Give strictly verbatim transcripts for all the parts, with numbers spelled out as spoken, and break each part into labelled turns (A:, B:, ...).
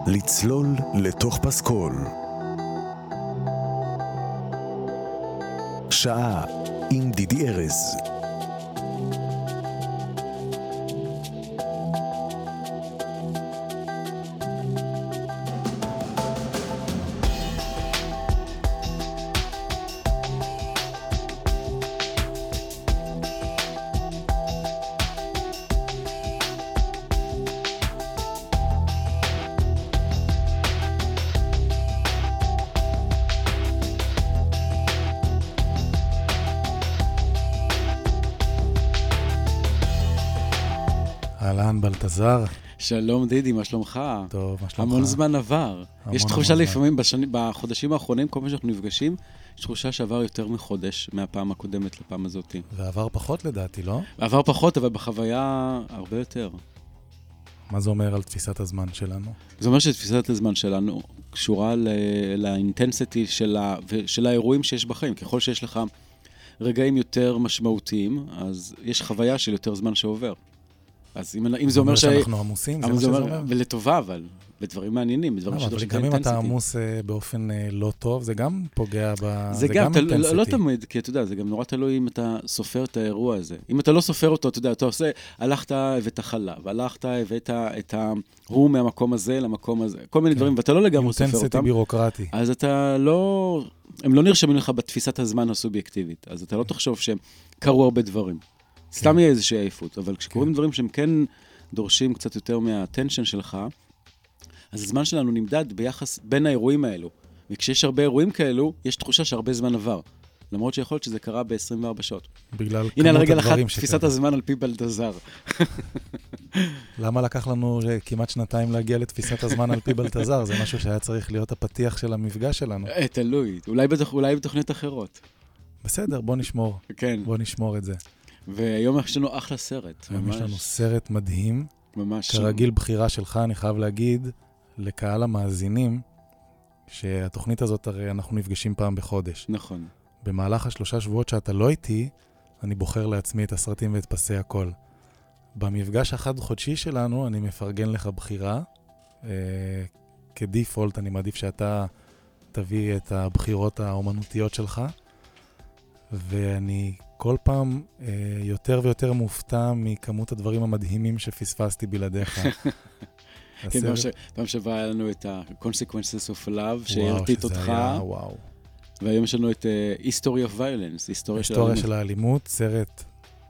A: לצלול לתוך פסקול. שעה עם דידי ארז.
B: אהלן בלטזר.
C: שלום דידי, מה שלומך?
B: טוב, מה שלומך?
C: המון זמן עבר.
B: המון
C: יש תחושה
B: המון
C: לפעמים בשני, בחודשים האחרונים, כל פעם שאנחנו נפגשים, יש תחושה שעבר יותר מחודש מהפעם הקודמת לפעם הזאת.
B: ועבר פחות לדעתי, לא?
C: עבר פחות, אבל בחוויה הרבה יותר.
B: מה זה אומר על תפיסת הזמן שלנו?
C: זה אומר שתפיסת הזמן שלנו קשורה לאינטנסיטי של, ה, של האירועים שיש בחיים. ככל שיש לך רגעים יותר משמעותיים, אז יש חוויה של יותר זמן שעובר. אז אם, אם זה אומר ש...
B: שאנחנו עמוסים, זה מה שזה אומר?
C: ולטובה, אבל בדברים מעניינים, בדברים
B: אבל גם אם אתה עמוס באופן לא טוב, זה גם פוגע ב...
C: זה גם אינטנסיטי. לא תמיד, כי אתה יודע, זה גם נורא תלוי אם אתה סופר את האירוע הזה. אם אתה לא סופר אותו, אתה יודע, אתה עושה, הלכת, הבאת חלב, הלכת, הבאת את ההוא מהמקום הזה למקום הזה, כל מיני דברים, ואתה לא לגמרי סופר אותם.
B: אינטנסיטי בירוקרטי.
C: אז אתה לא... הם לא נרשמים לך בתפיסת הזמן הסובייקטיבית, אז אתה לא תחשוב שהם קרו הרבה דברים. סתם יהיה איזושהי עייפות, אבל כשקוראים דברים שהם כן דורשים קצת יותר מהטנשן שלך, אז הזמן שלנו נמדד ביחס בין האירועים האלו. וכשיש הרבה אירועים כאלו, יש תחושה שהרבה זמן עבר. למרות שיכול להיות שזה קרה ב-עשרים וארבע שעות.
B: בגלל כמות
C: הנה, על רגל
B: הדברים
C: אחת, תפיסת הזמן על פי בלטזר.
B: למה לקח לנו כמעט שנתיים להגיע לתפיסת הזמן על פי בלטזר? זה משהו שהיה צריך להיות הפתיח של המפגש שלנו.
C: תלוי, אולי בתוכ... אולי בתוכניות אחרות.
B: בסדר, בוא נשמור.
C: כן.
B: בוא נשמור את זה.
C: והיום יש לנו אחלה סרט.
B: היום יש לנו סרט מדהים.
C: ממש.
B: כרגיל בחירה שלך, אני חייב להגיד לקהל המאזינים, שהתוכנית הזאת הרי אנחנו נפגשים פעם בחודש.
C: נכון.
B: במהלך השלושה שבועות שאתה לא איתי, אני בוחר לעצמי את הסרטים ואת פסי הכל. במפגש החד חודשי שלנו, אני מפרגן לך בחירה. אה, כדיפולט, אני מעדיף שאתה תביא את הבחירות האומנותיות שלך. ואני כל פעם אה, יותר ויותר מופתע מכמות הדברים המדהימים שפספסתי בלעדיך.
C: כן, פעם שעברה היה לנו את ה-Consequences of Love, שהרתית אותך.
B: וואו.
C: והיום יש לנו את uh, History of Violence, היסטוריה של האלימות.
B: היסטוריה של האלימות, סרט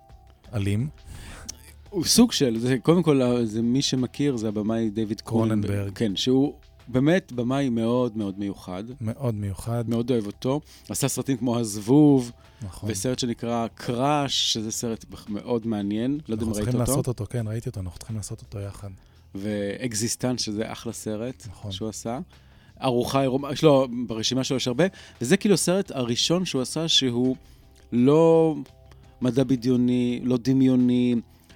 B: אלים.
C: הוא סוג של, זה, קודם כל, זה מי שמכיר, זה הבמאי דיוויד קרוננברג. כן, שהוא באמת במאי מאוד מאוד מיוחד.
B: מאוד מיוחד.
C: מאוד אוהב אותו. עשה סרטים כמו הזבוב,
B: נכון.
C: וסרט שנקרא קראש, שזה סרט מאוד מעניין. לא יודע אם ראית אותו.
B: אנחנו צריכים לעשות אותו, כן, ראיתי אותו, אנחנו צריכים לעשות אותו יחד.
C: ואקזיסטנט, שזה אחלה סרט
B: נכון.
C: שהוא עשה. ארוחה, יש לו, ברשימה שלו יש הרבה, וזה כאילו הסרט הראשון שהוא עשה שהוא לא מדע בדיוני, לא דמיוני,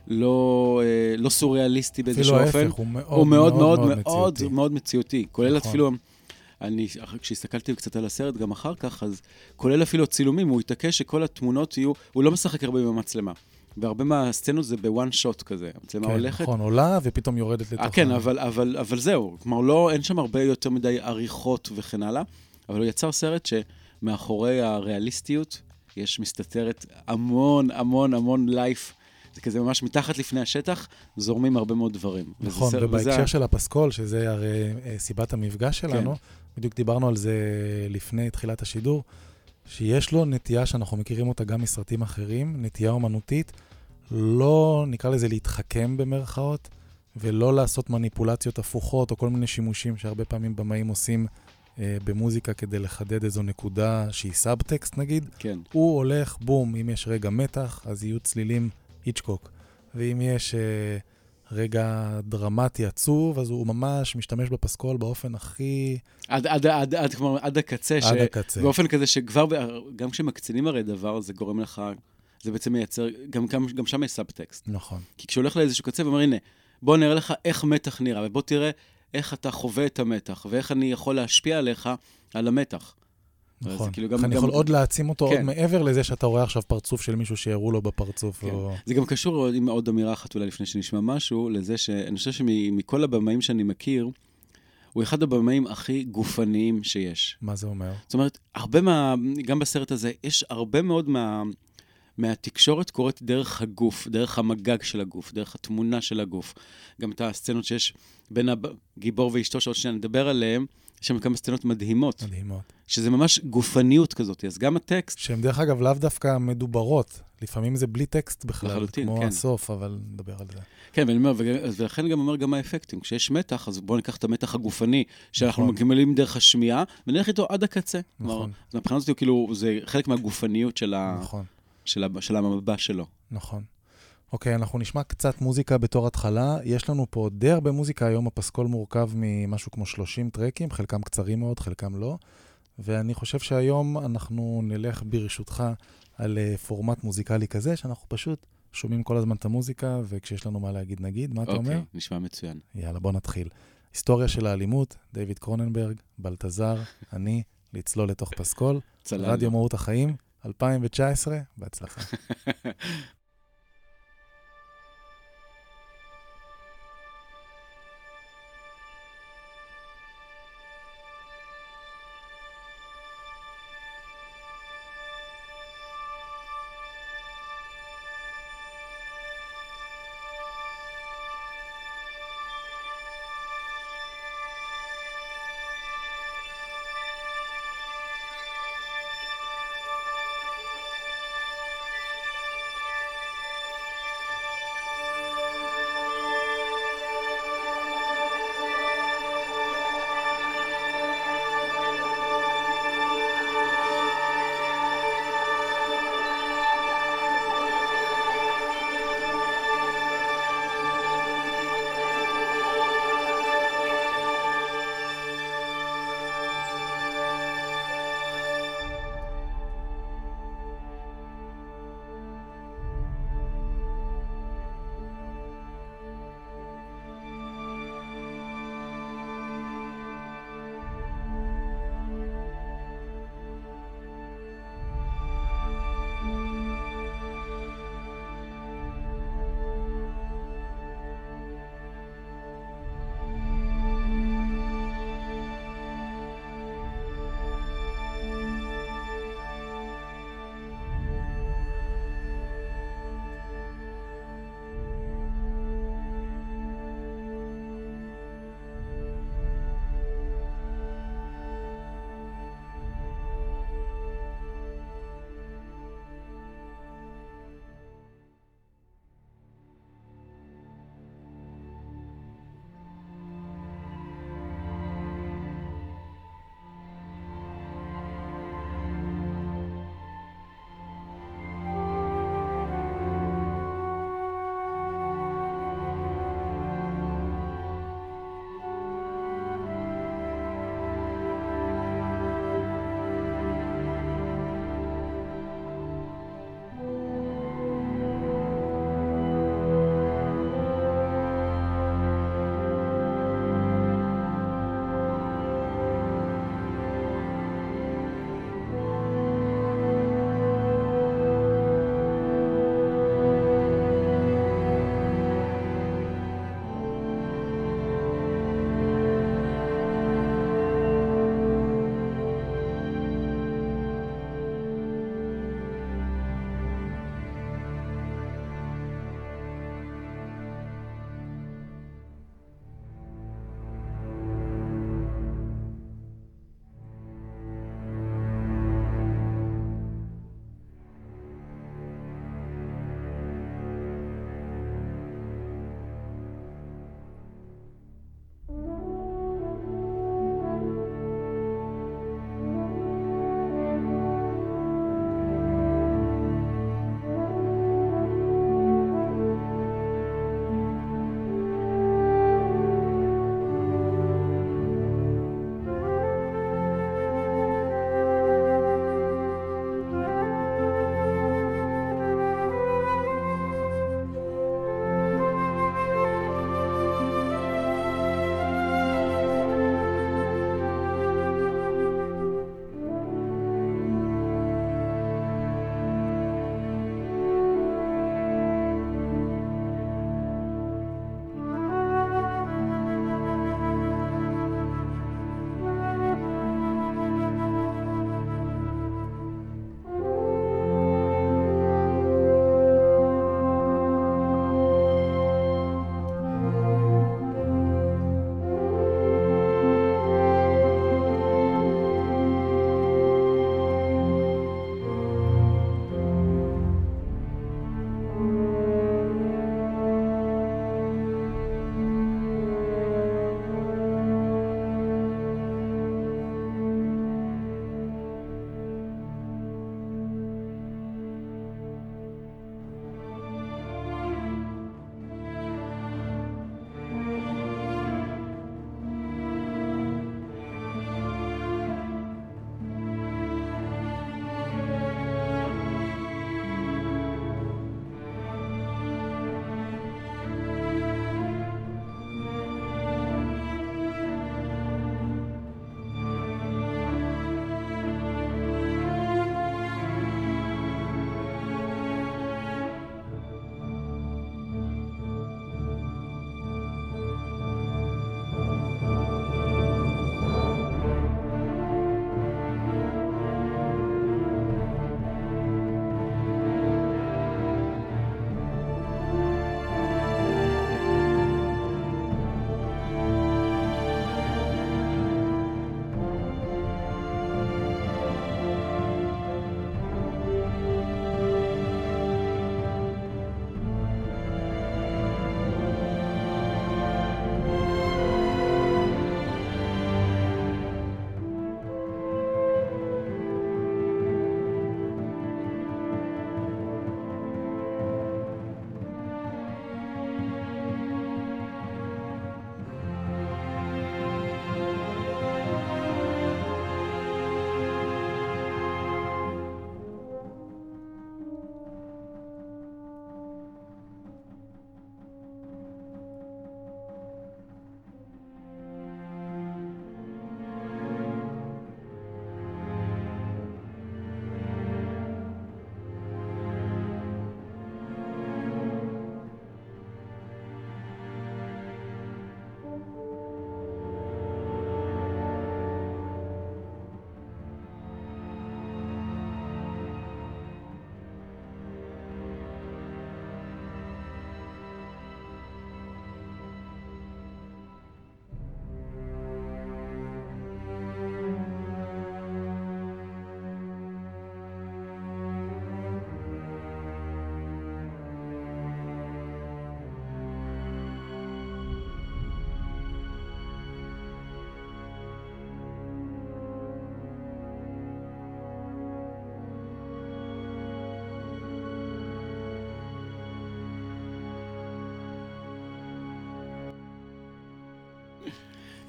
C: לא, לא סוריאליסטי באיזשהו אופן.
B: אפילו ההפך, הוא מאוד
C: הוא מאוד מאוד
B: מאוד,
C: מאוד,
B: מאוד,
C: מאוד, מאוד מציאותי. כולל
B: נכון.
C: אפילו, אני, כשהסתכלתי קצת על הסרט גם אחר כך, אז כולל אפילו צילומים, הוא התעקש שכל התמונות יהיו, הוא לא משחק הרבה עם המצלמה. והרבה מהסצנות זה בוואן שוט כזה. המצלמה
B: כן,
C: הולכת.
B: נכון, עולה ופתאום יורדת לתוכה.
C: כן, אבל, אבל, אבל זהו. כלומר, לא, אין שם הרבה יותר מדי עריכות וכן הלאה, אבל הוא יצר סרט שמאחורי הריאליסטיות יש מסתתרת המון, המון, המון לייף. זה כזה ממש מתחת לפני השטח, זורמים הרבה מאוד דברים.
B: נכון,
C: וזה,
B: ובהקשר
C: וזה...
B: של הפסקול, שזה הרי סיבת המפגש שלנו, כן. בדיוק דיברנו על זה לפני תחילת השידור, שיש לו נטייה שאנחנו מכירים אותה גם מסרטים אחרים, נטייה אומנותית, לא נקרא לזה להתחכם במרכאות, ולא לעשות מניפולציות הפוכות, או כל מיני שימושים שהרבה פעמים במאים עושים אה, במוזיקה כדי לחדד איזו נקודה שהיא סאבטקסט נגיד.
C: כן.
B: הוא הולך, בום, אם יש רגע מתח, אז יהיו צלילים היצ'קוק. ואם יש אה, רגע דרמטי עצוב, אז הוא ממש משתמש בפסקול באופן הכי...
C: עד, עד, עד, עד, כמו, עד הקצה.
B: עד
C: ש...
B: הקצה.
C: באופן כזה שכבר, גם כשמקצינים הרי דבר, זה גורם לך, זה בעצם מייצר, גם, גם, גם שם יש סאבטקסט.
B: נכון.
C: כי כשהולך לאיזשהו קצה ואומר, הנה, בוא נראה לך איך מתח נראה, ובוא תראה איך אתה חווה את המתח, ואיך אני יכול להשפיע עליך על המתח.
B: נכון.
C: כאילו גם,
B: אני
C: גם...
B: יכול עוד להעצים אותו
C: כן.
B: עוד מעבר לזה שאתה רואה עכשיו פרצוף של מישהו שיראו לו בפרצוף.
C: כן.
B: או...
C: זה גם קשור עם עוד אמירה אחת אולי לפני שנשמע משהו, לזה שאני חושב שמכל הבמאים שאני מכיר, הוא אחד הבמאים הכי גופניים שיש.
B: מה זה אומר?
C: זאת אומרת, הרבה מה, גם בסרט הזה, יש הרבה מאוד מה, מהתקשורת קורית דרך הגוף, דרך המגג של הגוף, דרך התמונה של הגוף. גם את הסצנות שיש בין הגיבור ואשתו, שעוד שניה נדבר עליהם, יש שם כמה סצנות מדהימות.
B: מדהימות.
C: שזה ממש גופניות כזאת. אז גם הטקסט...
B: שהן דרך אגב לאו דווקא מדוברות. לפעמים זה בלי טקסט בכלל,
C: לחלוטין,
B: כמו
C: כן.
B: הסוף, אבל נדבר על זה.
C: כן, ואני אומר, ולכן גם אומר גם האפקטים. כשיש מתח, אז בואו ניקח את המתח הגופני, שאנחנו
B: נכון.
C: מגמלים דרך השמיעה, ונלך איתו עד הקצה.
B: נכון.
C: אז מבחינה הזאת, כאילו, זה חלק מהגופניות של, ה...
B: נכון.
C: של, ה... של המבע שלו.
B: נכון. אוקיי, אנחנו נשמע קצת מוזיקה בתור התחלה. יש לנו פה די הרבה מוזיקה היום, הפסקול מורכב ממשהו כמו שלושים טרקים, חלקם קצרים מאוד, חלקם לא. ואני חושב שהיום אנחנו נלך ברשותך על פורמט מוזיקלי כזה, שאנחנו פשוט שומעים כל הזמן את המוזיקה, וכשיש לנו מה להגיד נגיד, מה אתה אומר?
C: אוקיי, נשמע מצוין.
B: יאללה, בוא נתחיל. היסטוריה של האלימות, דיוויד קרוננברג, בלטזר, אני, לצלול לתוך פסקול, רדיו מהות החיים, אלפיים תשע עשרה, בהצלחה.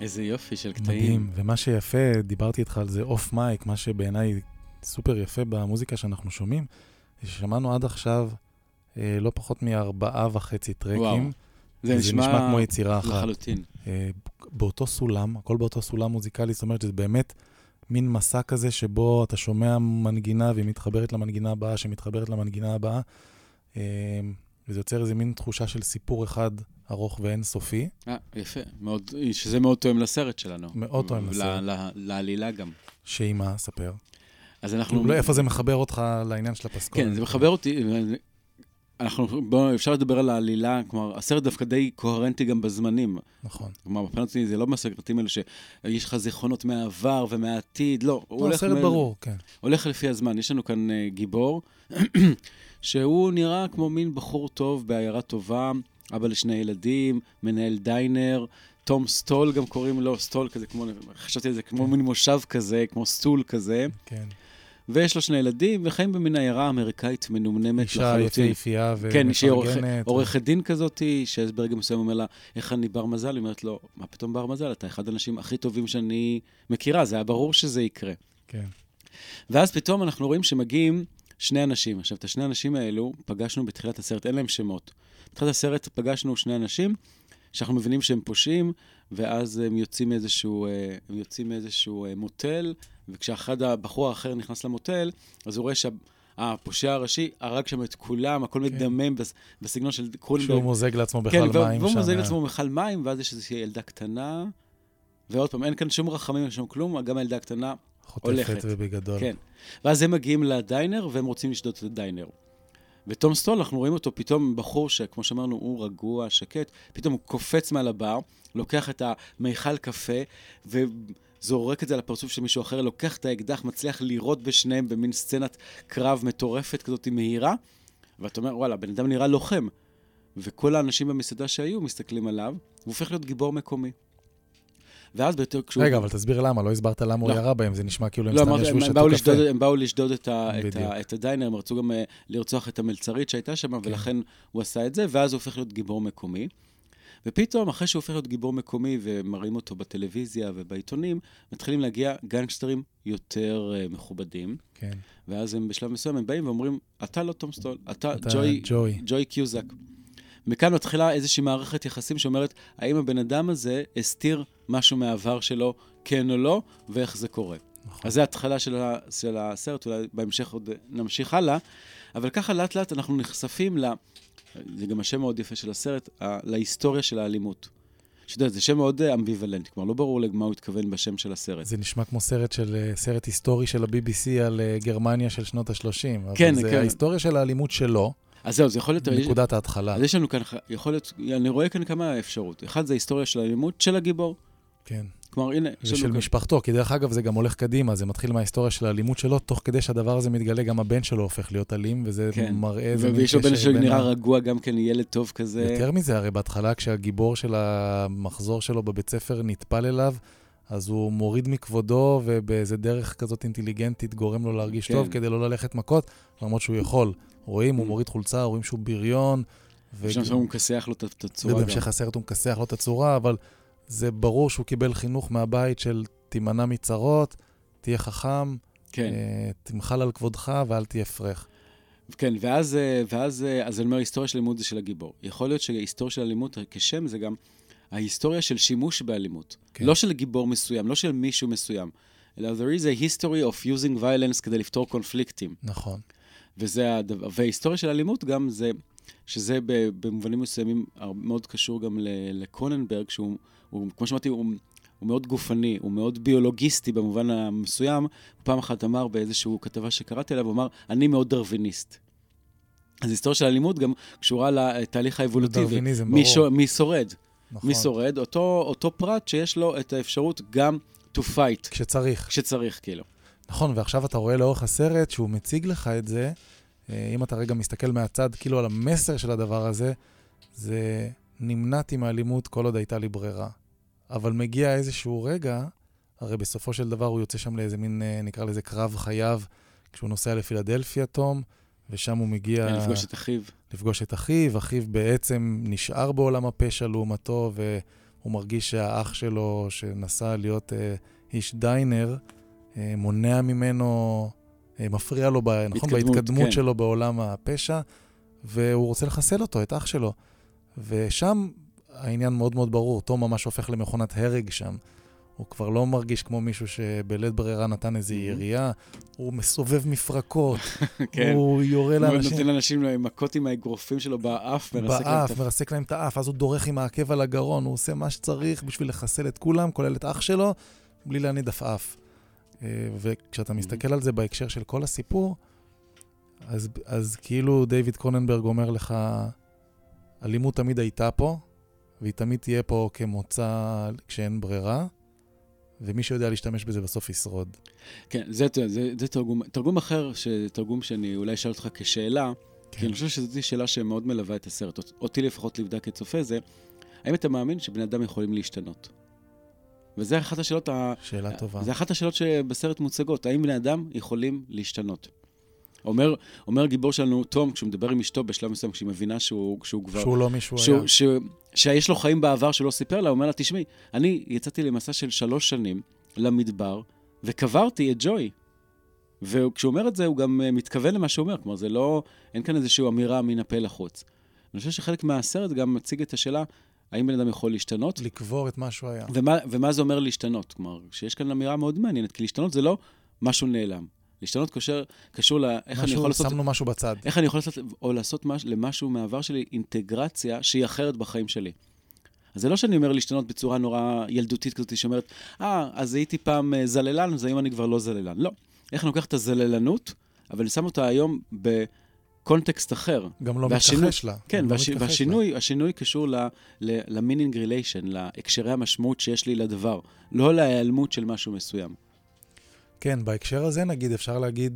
C: איזה יופי של קטעים.
B: מדהים, ומה שיפה, דיברתי איתך על זה אוף מייק, מה שבעיניי סופר יפה במוזיקה שאנחנו שומעים, ששמענו עד עכשיו אה, לא פחות מארבעה וחצי טרקים.
C: וואו. זה נשמע,
B: נשמע כמו יצירה אחת.
C: לחלוטין.
B: אה, באותו סולם, הכל באותו סולם מוזיקלי, זאת אומרת שזה באמת מין מסע כזה שבו אתה שומע מנגינה והיא מתחברת למנגינה הבאה, שמתחברת למנגינה הבאה, אה, וזה יוצר איזה מין תחושה של סיפור אחד ארוך ואינסופי.
C: אה, יפה. מאוד, שזה מאוד תואם לסרט שלנו.
B: מאוד תואם לסרט.
C: לעלילה גם.
B: שהיא מה, ספר.
C: אז אנחנו...
B: כאילו, איפה זה מחבר אותך לעניין של הפסקול?
C: כן, זה מחבר אותי... אנחנו, בוא, אפשר לדבר על העלילה, כלומר, הסרט דווקא די קוהרנטי גם בזמנים.
B: נכון.
C: כלומר, בפרט שלי זה לא מהסרטים האלה שיש לך זיכרונות מהעבר ומהעתיד, לא.
B: לא, הסרט מ... ברור, כן.
C: הולך לפי הזמן. יש לנו כאן uh, גיבור, שהוא נראה כמו מין בחור טוב, בעיירה טובה, אבא לשני ילדים, מנהל דיינר, תום סטול גם קוראים לו, סטול כזה, כמו, חשבתי על זה, כמו מין מושב כזה, כמו סטול כזה.
B: כן.
C: ויש לו שני ילדים, וחיים במין עיירה אמריקאית מנומנמת
B: לחלוטין. אישה יפהפייה ומפרגנת.
C: כן, שהיא עורכת דין כזאת, שברגע מסוים אומר לה, איך אני בר מזל? היא אומרת לו, מה פתאום בר מזל? אתה אחד האנשים הכי טובים שאני מכירה, זה היה ברור שזה יקרה.
B: כן.
C: ואז פתאום אנחנו רואים שמגיעים שני אנשים. עכשיו, את השני אנשים האלו פגשנו בתחילת הסרט, אין להם שמות. בתחילת הסרט פגשנו שני אנשים, שאנחנו מבינים שהם פושעים, ואז הם יוצאים מאיזשהו, הם יוצאים מאיזשהו מוטל, וכשאחד הבחור האחר נכנס למוטל, אז הוא רואה שהפושע הראשי הרג שם את כולם, הכל כן. מדמם בסגנון של קרונברג. שהוא
B: מוזג לעצמו בחל
C: כן,
B: מים.
C: כן, והוא מוזג לעצמו בחל מים, ואז יש איזושהי ילדה קטנה, ועוד פעם, אין כאן שום רחמים, אין שום כלום, גם הילדה הקטנה הולכת.
B: חוטפת ובגדול.
C: כן. ואז הם מגיעים לדיינר, והם רוצים לשדוד את הדיינר. ותום סטול, אנחנו רואים אותו פתאום בחור שכמו שאמרנו, הוא רגוע, שקט, פתאום הוא קופץ מעל הבר, לוקח את המיכל קפה, וזורק את זה על הפרצוף של מישהו אחר, לוקח את האקדח, מצליח לירות בשניהם במין סצנת קרב מטורפת כזאת מהירה, ואתה אומר, וואלה, בן אדם נראה לוחם. וכל האנשים במסעדה שהיו מסתכלים עליו, הוא הופך להיות גיבור מקומי. ואז ביותר כשהוא...
B: רגע, אבל תסביר למה, לא הסברת למה הוא ירה בהם, זה נשמע כאילו הם
C: לא,
B: סתם ישבו שתו קפה.
C: הם באו לשדוד את, ה, את, ה, את הדיינר, הם רצו גם uh, לרצוח את המלצרית שהייתה שם, כן. ולכן הוא עשה את זה, ואז הוא הופך להיות גיבור מקומי. ופתאום, אחרי שהוא הופך להיות גיבור מקומי, ומראים אותו בטלוויזיה ובעיתונים, מתחילים להגיע גנגסטרים יותר uh, מכובדים.
B: כן.
C: ואז הם בשלב מסוים, הם באים ואומרים, אתה לא תום סטול, אתה,
B: אתה
C: ג'וי,
B: ג'וי.
C: ג'וי קיוזק. מכאן מתחילה איזושהי מערכת יחסים שאומרת, האם הבן אדם הזה הסתיר משהו מהעבר שלו, כן או לא, ואיך זה קורה. נכון. אז זה ההתחלה של, ה, של הסרט, אולי בהמשך עוד נמשיך הלאה, אבל ככה לאט לאט אנחנו נחשפים, לה, זה גם השם מאוד יפה של הסרט, ה, להיסטוריה של האלימות. שדע, זה שם מאוד אמביוולנט, כלומר לא ברור למה הוא התכוון בשם של הסרט.
B: זה נשמע כמו סרט של סרט היסטורי של ה-בי בי סי על גרמניה של שנות ה-שלושים.
C: כן,
B: זה
C: כן.
B: ההיסטוריה של האלימות שלו.
C: אז זהו, זה יכול להיות...
B: נקודת ההתחלה.
C: אז יש לנו כאן, יכול להיות, אני רואה כאן כמה אפשרות. אחד זה ההיסטוריה של האלימות של הגיבור.
B: כן.
C: כלומר, הנה...
B: ושל משפחתו, כי דרך אגב זה גם הולך קדימה, זה מתחיל מההיסטוריה של האלימות שלו, תוך כדי שהדבר הזה מתגלה, גם הבן שלו הופך להיות אלים, וזה
C: כן.
B: מראה איזה...
C: ויש לו בן שלו נראה רגוע גם כן, ילד טוב כזה.
B: יותר מזה, הרי בהתחלה כשהגיבור של המחזור שלו בבית ספר נטפל אליו, אז הוא מוריד מכבודו, ובאיזה דרך כזאת אינטליגנטית גורם לו להרגיש
C: כן.
B: טוב, כדי לא ללכת מכות, למרות שהוא יכול. רואים, הוא מוריד חולצה, רואים שהוא בריון.
C: ושם הוא מקסח לו את הצורה גם.
B: ובהמשך הסרט הוא מקסח לו את הצורה, אבל זה ברור שהוא קיבל חינוך מהבית של תימנע מצרות, תהיה חכם,
C: כן.
B: תמחל על כבודך ואל תהיה פרח.
C: כן, ואז, ואז, אז אני אומר, ההיסטוריה של אלימות זה של הגיבור. יכול להיות שההיסטוריה של אלימות כשם זה גם ההיסטוריה של שימוש באלימות. כן. לא של גיבור מסוים, לא של מישהו מסוים, אלא there is a history of using violence כדי לפתור קונפליקטים.
B: נכון.
C: וזה הדבר, וההיסטוריה של האלימות גם זה, שזה במובנים מסוימים מאוד קשור גם לקרוננברג, שהוא, הוא, כמו שאמרתי, הוא, הוא מאוד גופני, הוא מאוד ביולוגיסטי במובן המסוים. פעם אחת אמר באיזשהו כתבה שקראתי עליו, הוא אמר, אני מאוד דרוויניסט. אז ההיסטוריה של האלימות גם קשורה לתהליך האבולוטיבי. מי, שו, מי שורד. נכון. מי שורד, אותו, אותו פרט שיש לו את האפשרות גם to fight.
B: כשצריך.
C: כשצריך, כאילו.
B: נכון, ועכשיו אתה רואה לאורך הסרט שהוא מציג לך את זה, אם אתה רגע מסתכל מהצד, כאילו על המסר של הדבר הזה, זה נמנעתי מהאלימות כל עוד הייתה לי ברירה. אבל מגיע איזשהו רגע, הרי בסופו של דבר הוא יוצא שם לאיזה מין, נקרא לזה קרב חייו, כשהוא נוסע לפילדלפיה, תום, ושם הוא מגיע...
C: לפגוש את אחיו.
B: לפגוש את אחיו, אחיו בעצם נשאר בעולם הפשע לעומתו, הוא מרגיש שהאח שלו, שנסע להיות אה, איש דיינר, אה, מונע ממנו, אה, מפריע לו, ב, נכון? בהתקדמות כן. שלו בעולם הפשע, והוא רוצה לחסל אותו, את אח שלו. ושם העניין מאוד מאוד ברור, תום ממש הופך למכונת הרג שם. הוא כבר לא מרגיש כמו מישהו שבלית ברירה נתן איזו ירייה, הוא מסובב מפרקות, הוא יורה לאנשים.
C: הוא נותן לאנשים מכות עם האגרופים שלו באף,
B: באף, מרסק להם את האף, אז הוא דורך עם העקב על הגרון, הוא עושה מה שצריך בשביל לחסל את כולם, כולל את אח שלו, בלי להניד עפעף. וכשאתה מסתכל על זה בהקשר של כל הסיפור, אז, אז כאילו דיוויד קרוננברג אומר לך, אלימות תמיד הייתה פה, והיא תמיד תהיה פה כמוצא כשאין ברירה, ומי שיודע להשתמש בזה בסוף ישרוד.
C: כן, זה, זה, זה תרגום, תרגום אחר, תרגום שאני אולי אשאל אותך כשאלה, כן. כי אני חושב שזאת שאלה שמאוד מלווה את הסרט. אותי לפחות לבדה כצופה זה, האם אתה מאמין שבני אדם יכולים להשתנות? וזה אחת השאלות,
B: שאלה ה... טובה.
C: זה אחת השאלות שבסרט מוצגות, האם בני אדם יכולים להשתנות? אומר, אומר גיבור שלנו, תום, כשהוא מדבר עם אשתו בשלב מסוים, כשהיא מבינה שהוא, שהוא כבר...
B: שהוא לא מישהו
C: שהוא,
B: היה.
C: ש, שיש לו חיים בעבר שלא סיפר לה, הוא אומר לה, תשמעי, אני יצאתי למסע של שלוש שנים למדבר, וקברתי את ג'וי. וכשהוא אומר את זה, הוא גם מתכוון למה שהוא אומר, כלומר, זה לא, אין כאן איזושהי אמירה מן הפה לחוץ. אני חושב שחלק מהסרט גם מציג את השאלה, האם בן אדם יכול להשתנות?
B: לקבור את מה שהוא היה.
C: ומה, ומה זה אומר להשתנות? כלומר, שיש כאן אמירה מאוד מעניינת, כי להשתנות זה לא משהו נעלם. להשתנות קשר, קשור לאיך אני יכול לעשות...
B: שמנו משהו בצד.
C: איך אני יכול לעשות, או לעשות מש, למשהו מעבר שלי, אינטגרציה שהיא אחרת בחיים שלי. אז זה לא שאני אומר להשתנות בצורה נורא ילדותית כזאת, שאומרת, אה, אז הייתי פעם זללן, אז היום אני כבר לא זללן. לא. איך אני לוקח את הזללנות, אבל אני שם אותה היום בקונטקסט אחר.
B: גם לא מתכחש לה.
C: כן, והש, לא והשינוי, לה. השינוי קשור ל-meaning relation, להקשרי המשמעות שיש לי לדבר, לא להיעלמות של משהו מסוים.
B: כן, בהקשר הזה נגיד, אפשר להגיד,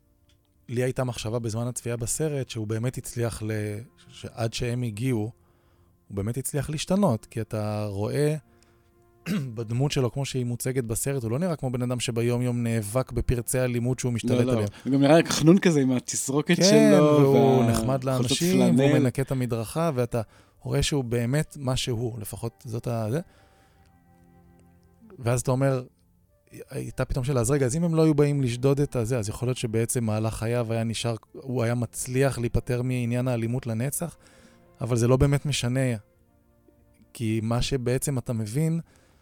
B: לי הייתה מחשבה בזמן הצפייה בסרט, שהוא באמת הצליח, ל... שעד שהם הגיעו, הוא באמת הצליח להשתנות, כי אתה רואה בדמות שלו, כמו שהיא מוצגת בסרט, הוא לא נראה כמו בן אדם שביום יום נאבק בפרצי אלימות שהוא משתלט עליהם. לא, לא.
C: הוא גם נראה חנון כזה עם התסרוקת
B: כן,
C: שלו.
B: כן, והוא וה... נחמד לאנשים, והוא מנקה את המדרכה, ואתה רואה שהוא באמת מה שהוא, לפחות זאת ה... זה. ואז אתה אומר, הייתה פתאום שאלה, אז רגע, אז אם הם לא היו באים לשדוד את הזה, אז יכול להיות שבעצם מהלך חייו היה נשאר, הוא היה מצליח להיפטר מעניין האלימות לנצח, אבל זה לא באמת משנה, כי מה שבעצם אתה מבין,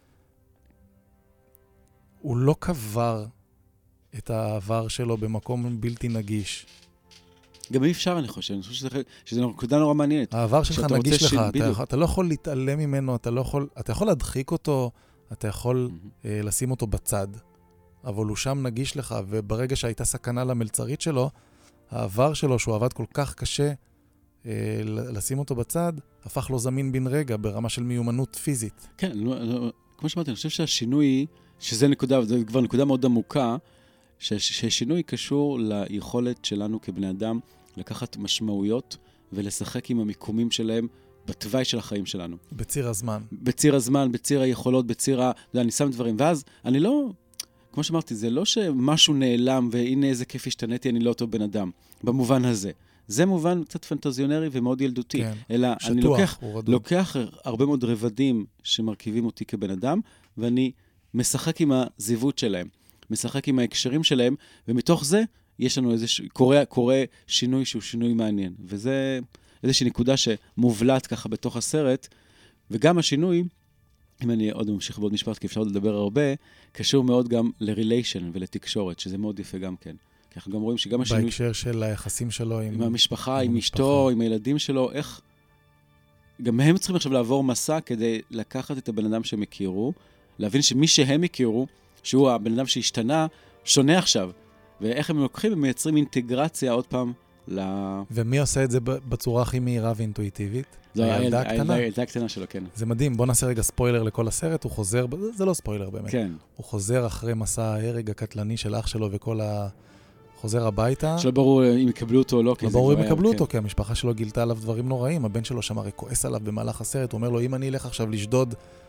B: הוא לא קבר את העבר שלו במקום בלתי נגיש.
C: גם אי אפשר, אני חושב, אני חושב שזה, שזה נקודה נורא מעניינת.
B: העבר שלך נגיש לך, אתה, אתה לא יכול להתעלם ממנו, אתה לא יכול, אתה יכול להדחיק אותו, אתה יכול mm-hmm. אה, לשים אותו בצד, אבל הוא שם נגיש לך, וברגע שהייתה סכנה למלצרית שלו, העבר שלו, שהוא עבד כל כך קשה אה, לשים אותו בצד, הפך לו זמין בן רגע, ברמה של מיומנות פיזית.
C: כן, לא, לא, כמו שאמרתי, אני חושב שהשינוי, שזה נקודה, זה כבר נקודה מאוד עמוקה, שהשינוי קשור ליכולת שלנו כבני אדם, לקחת משמעויות ולשחק עם המיקומים שלהם, בתוואי של החיים שלנו.
B: בציר הזמן.
C: בציר הזמן, בציר היכולות, בציר ה... אני שם דברים. ואז אני לא, כמו שאמרתי, זה לא שמשהו נעלם, והנה איזה כיף השתניתי, אני לא אותו בן אדם. במובן הזה. זה מובן קצת פנטזיונרי ומאוד ילדותי. כן. אלא שטוח, אני לוקח, לוקח הרבה מאוד רבדים שמרכיבים אותי כבן אדם, ואני משחק עם הזיוות שלהם, משחק עם ההקשרים שלהם, ומתוך זה יש לנו איזה, קורה, קורה שינוי שהוא שינוי מעניין. וזה... איזושהי נקודה שמובלט ככה בתוך הסרט, וגם השינוי, אם אני עוד ממשיך בעוד משפט, כי אפשר לדבר הרבה, קשור מאוד גם לריליישן ולתקשורת, שזה מאוד יפה גם כן. כי אנחנו גם רואים שגם השינוי...
B: בהקשר של היחסים שלו עם...
C: עם המשפחה, עם, עם אשתו, עם הילדים שלו, איך... גם הם צריכים עכשיו לעבור מסע כדי לקחת את הבן אדם שהם הכירו, להבין שמי שהם הכירו, שהוא הבן אדם שהשתנה, שונה עכשיו. ואיך הם לוקחים ומייצרים אינטגרציה עוד פעם, ל...
B: ומי עושה את זה בצורה הכי מהירה ואינטואיטיבית?
C: זו הילדה הקטנה. הילדה הקטנה שלו, כן.
B: זה מדהים, בוא נעשה רגע ספוילר לכל הסרט, הוא חוזר, זה לא ספוילר באמת.
C: כן.
B: הוא חוזר אחרי מסע ההרג הקטלני של אח שלו וכל ה... חוזר הביתה.
C: שלא ברור אם יקבלו אותו או לא.
B: לא ברור אם יקבלו אותו, כי המשפחה שלו גילתה עליו דברים נוראים, הבן שלו שם הרי כועס עליו במהלך הסרט, הוא אומר לו, אם אני אלך עכשיו לשדוד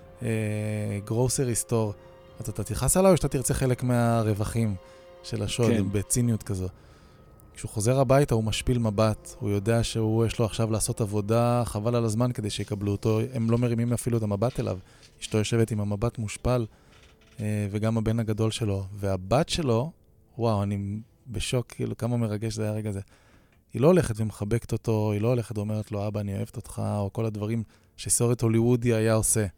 B: גרוסרי סטור, אתה תתייחס עליו או שאתה תרצה חלק מהרווחים של השוד, בציניות כזו. כשהוא חוזר הביתה הוא משפיל מבט, הוא יודע שהוא יש לו עכשיו לעשות עבודה, חבל על הזמן כדי שיקבלו אותו, הם לא מרימים אפילו את המבט אליו, אשתו יושבת עם המבט מושפל, וגם הבן הגדול שלו, והבת שלו, וואו, אני בשוק, כאילו כמה מרגש זה היה הרגע הזה, היא לא הולכת ומחבקת אותו, היא לא הולכת ואומרת לו, אבא, אני אוהבת אותך, או כל הדברים שסרט הוליוודי היה עושה.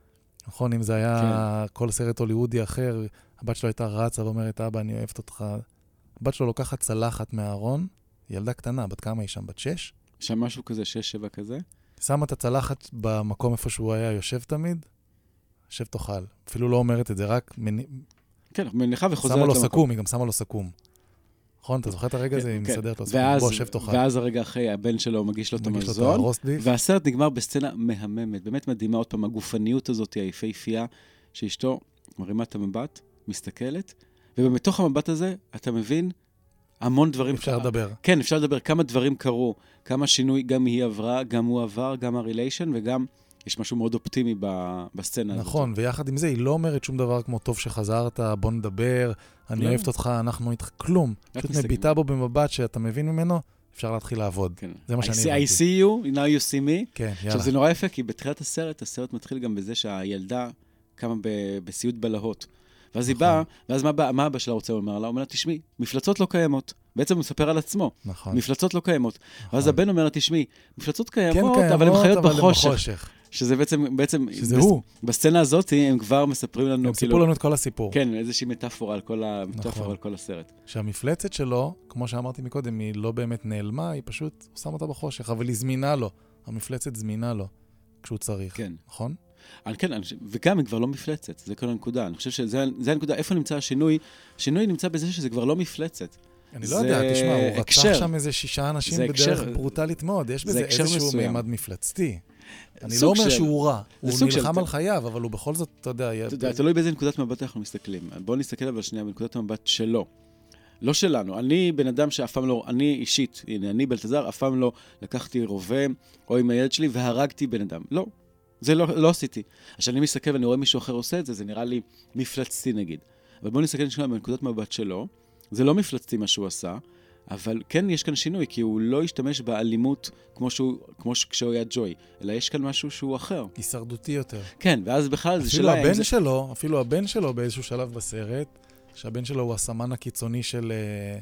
B: נכון, אם זה היה כן. כל סרט הוליוודי אחר, הבת שלו הייתה רצה ואומרת, אבא, אני אוהבת אותך. הבת שלו לוקחת צלחת מהארון, ילדה קטנה, בת כמה היא שם? בת שש?
C: שם משהו כזה, שש, שבע כזה?
B: שמה את הצלחת במקום איפה שהוא היה יושב תמיד, יושב תאכל. אפילו לא אומרת את זה, רק מנ...
C: כן, מניחה וחוזרת
B: שמה לו
C: למקום.
B: סכום, היא גם שמה לו סכום. נכון, אתה זוכר את הרגע הזה, היא מסדרת לו סכום. בוא, שב תאכל.
C: ואז הרגע אחרי, הבן שלו מגיש לו את המזון, והסרט נגמר בסצנה מהממת, באמת מדהימה עוד פעם, הגופניות הזאת, היפהפייה, שאשתו מרימה את המבט, מסתכלת, ובמתוך המבט הזה, אתה מבין המון דברים.
B: אפשר לדבר.
C: כן, אפשר לדבר. כמה דברים קרו, כמה שינוי, גם היא עברה, גם הוא עבר, גם הריליישן, וגם יש משהו מאוד אופטימי בסצנה הזאת.
B: נכון, ויחד עם זה, היא לא אומרת שום דבר כמו, טוב שחזרת, בוא נדבר, אני אוהבת אותך, אנחנו איתך, כלום. פשוט מביטה בו במבט שאתה מבין ממנו, אפשר להתחיל לעבוד. זה מה שאני הבנתי.
C: I see you, now you see me.
B: כן, יאללה.
C: עכשיו, זה נורא יפה, כי בתחילת הסרט, הסרט מתחיל גם בזה שהילדה קמה בסיוט בלהות. ואז היא באה, ואז מה אבא שלה רוצה לומר לה? הוא אומר לה, תשמעי, מפלצות לא קיימות. בעצם הוא מספר על עצמו.
B: נכון.
C: מפלצות לא קיימות. ואז הבן אומר לה, תשמעי, מפלצות קיימות, אבל הן חיות בחושך. שזה בעצם, בעצם,
B: שזה הוא.
C: בסצנה הזאת, הם כבר מספרים לנו,
B: הם סיפרו לנו את כל הסיפור.
C: כן, איזושהי מטאפורה על כל ה... מטאפורה על כל הסרט.
B: שהמפלצת שלו, כמו שאמרתי מקודם, היא לא באמת נעלמה, היא פשוט שם אותה בחושך, אבל היא זמינה לו. המפלצת זמינה לו, כשהוא צריך.
C: כן.
B: נכון?
C: כן, וגם היא כבר לא מפלצת, זה כל הנקודה. אני חושב שזה הנקודה, איפה נמצא השינוי? השינוי נמצא בזה שזה כבר לא מפלצת.
B: אני לא יודע, תשמע, הוא רצח שם איזה שישה אנשים בדרך ברוטלית מאוד, יש בזה איזשהו מימד מפלצתי. אני לא אומר שהוא רע, הוא נלחם על חייו, אבל הוא בכל זאת, אתה יודע...
C: אתה יודע, תלוי באיזה נקודת מבט אנחנו מסתכלים. בואו נסתכל אבל שנייה בנקודת המבט שלו. לא שלנו. אני בן אדם שאף פעם לא, אני אישית, הנה, אני בלטזר, אף פעם לא לקחתי רובה או עם הילד שלי והרגתי בן אדם. לא. זה לא, לא עשיתי. עכשיו אני מסתכל ואני רואה מישהו אחר עושה את זה, זה נראה לי מפלצתי נגיד. אבל בואו נסתכל שנייה בנקודת מבט שלו. זה לא מפלצתי מה שהוא עשה, אבל כן יש כאן שינוי, כי הוא לא השתמש באלימות כמו שהוא, כמו כשהוא היה ג'וי, אלא יש כאן משהו שהוא אחר.
B: הישרדותי יותר.
C: כן, ואז בכלל זה
B: שאלה... אפילו הבן שלו, אפילו הבן שלו באיזשהו שלב בסרט, שהבן שלו הוא הסמן הקיצוני של uh,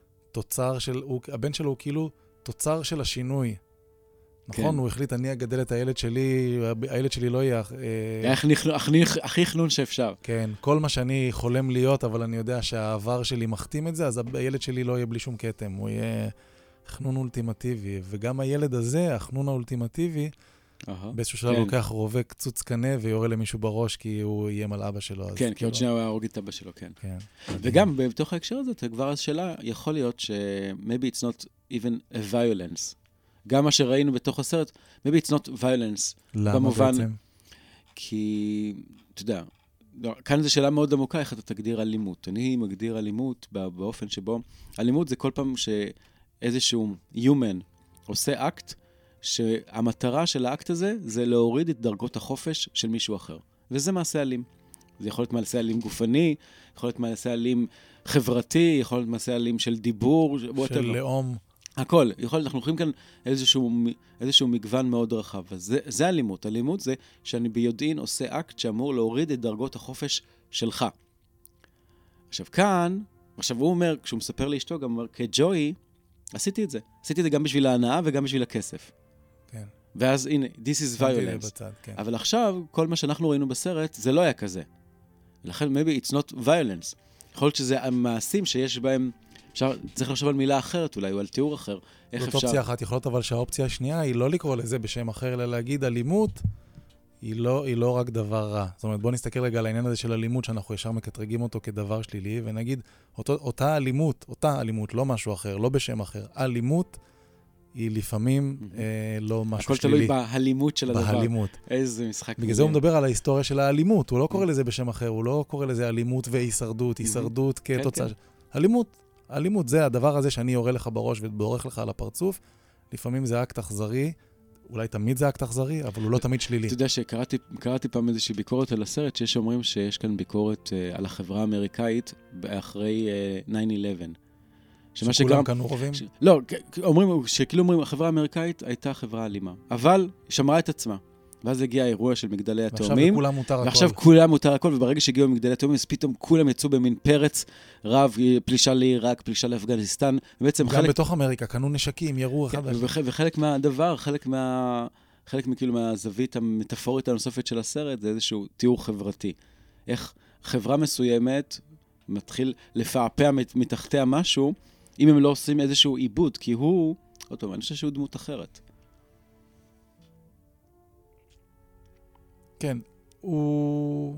B: תוצר של... הוא, הבן שלו הוא כאילו תוצר של השינוי. נכון, הוא החליט, אני אגדל את הילד שלי, הילד שלי לא יהיה...
C: הכי חנון שאפשר.
B: כן, כל מה שאני חולם להיות, אבל אני יודע שהעבר שלי מחתים את זה, אז הילד שלי לא יהיה בלי שום קטם, הוא יהיה חנון אולטימטיבי. וגם הילד הזה, החנון האולטימטיבי, באיזשהו שלב לוקח רובה קצוץ קנה ויורה למישהו בראש, כי הוא יהיה על אבא שלו.
C: כן, כי עוד שנייה הוא יהרוג את אבא שלו, כן. וגם בתוך ההקשר הזה, כבר השאלה יכול להיות ש- maybe it's not even a violence. גם מה שראינו בתוך הסרט, maybe it's not violence.
B: למה
C: במובן,
B: בעצם?
C: כי, אתה יודע, כאן זו שאלה מאוד עמוקה, איך אתה תגדיר אלימות. אני מגדיר אלימות באופן שבו, אלימות זה כל פעם שאיזשהו human עושה אקט, שהמטרה של האקט הזה זה להוריד את דרגות החופש של מישהו אחר. וזה מעשה אלים. זה יכול להיות מעשה אלים גופני, יכול להיות מעשה אלים חברתי, יכול להיות מעשה אלים של דיבור,
B: של לאום.
C: הכל. יכול להיות, אנחנו הולכים כאן איזשהו, איזשהו מגוון מאוד רחב. אז זה, זה אלימות. אלימות זה שאני ביודעין עושה אקט שאמור להוריד את דרגות החופש שלך. עכשיו כאן, עכשיו הוא אומר, כשהוא מספר לאשתו, גם אומר, כג'וי, עשיתי את זה. עשיתי את זה גם בשביל ההנאה וגם בשביל הכסף.
B: כן.
C: ואז הנה, this is violence.
B: בצד, כן.
C: אבל עכשיו, כל מה שאנחנו ראינו בסרט, זה לא היה כזה. ולכן, maybe it's not violence. יכול להיות שזה המעשים שיש בהם, אפשר, צריך לחשוב על מילה אחרת אולי, או על תיאור אחר. איך
B: זאת
C: אפשר...
B: אופציה אחת, יכול להיות אבל שהאופציה השנייה היא לא לקרוא לזה בשם אחר, אלא להגיד אלימות, היא לא, היא לא רק דבר רע. זאת אומרת, בוא נסתכל רגע על העניין הזה של אלימות, שאנחנו ישר מקטרגים אותו כדבר שלילי, ונגיד, אותו, אותה אלימות, אותה אלימות, לא משהו אחר, לא בשם אחר. אלימות היא לפעמים mm-hmm. אה, לא משהו
C: הכל
B: שלילי.
C: הכל תלוי בהלימות של הדבר.
B: בהלימות.
C: איזה משחק.
B: בגלל זה הוא מדבר על ההיסטוריה של האלימות, הוא לא קורא לזה בשם אחר, הוא לא קורא לזה אלימות והישרדות, הישרדות כתוצאה. אלימות, אלימות זה הדבר הזה שאני יורה לך בראש ובורח לך על הפרצוף, לפעמים זה אקט אכזרי, אולי תמיד זה אקט אכזרי, אבל הוא לא תמיד שלילי.
C: אתה יודע שקראתי קראתי פעם איזושהי ביקורת על הסרט, שיש אומרים שיש כאן ביקורת uh, על החברה האמריקאית אחרי uh, נין אלבן. שמה
B: שכולם
C: שגרם...
B: קנו רובים?
C: ש... לא, אומרים, שכאילו אומרים, החברה האמריקאית הייתה חברה אלימה, אבל שמרה את עצמה. ואז הגיע האירוע של מגדלי התאומים.
B: ועכשיו לכולם מותר הכל.
C: ועכשיו כולם מותר הכל, וברגע שהגיעו מגדלי התאומים, אז פתאום כולם יצאו במין פרץ רב, פלישה לעיראק, פלישה לאפגניסטן, ובעצם
B: גם
C: חלק...
B: בתוך אמריקה, קנו נשקים, ירו אחד.
C: וח... וחלק מהדבר, חלק מה... חלק מכאילו מהזווית המטאפורית הנוספת של הסרט, זה איזשהו תיאור חברתי. איך חברה מסוימת מתחיל לפעפע מתחתיה משהו, אם הם לא עושים איזשהו עיבוד, כי הוא, עוד פעם, אני חושב שהוא דמות אחרת.
B: כן, הוא...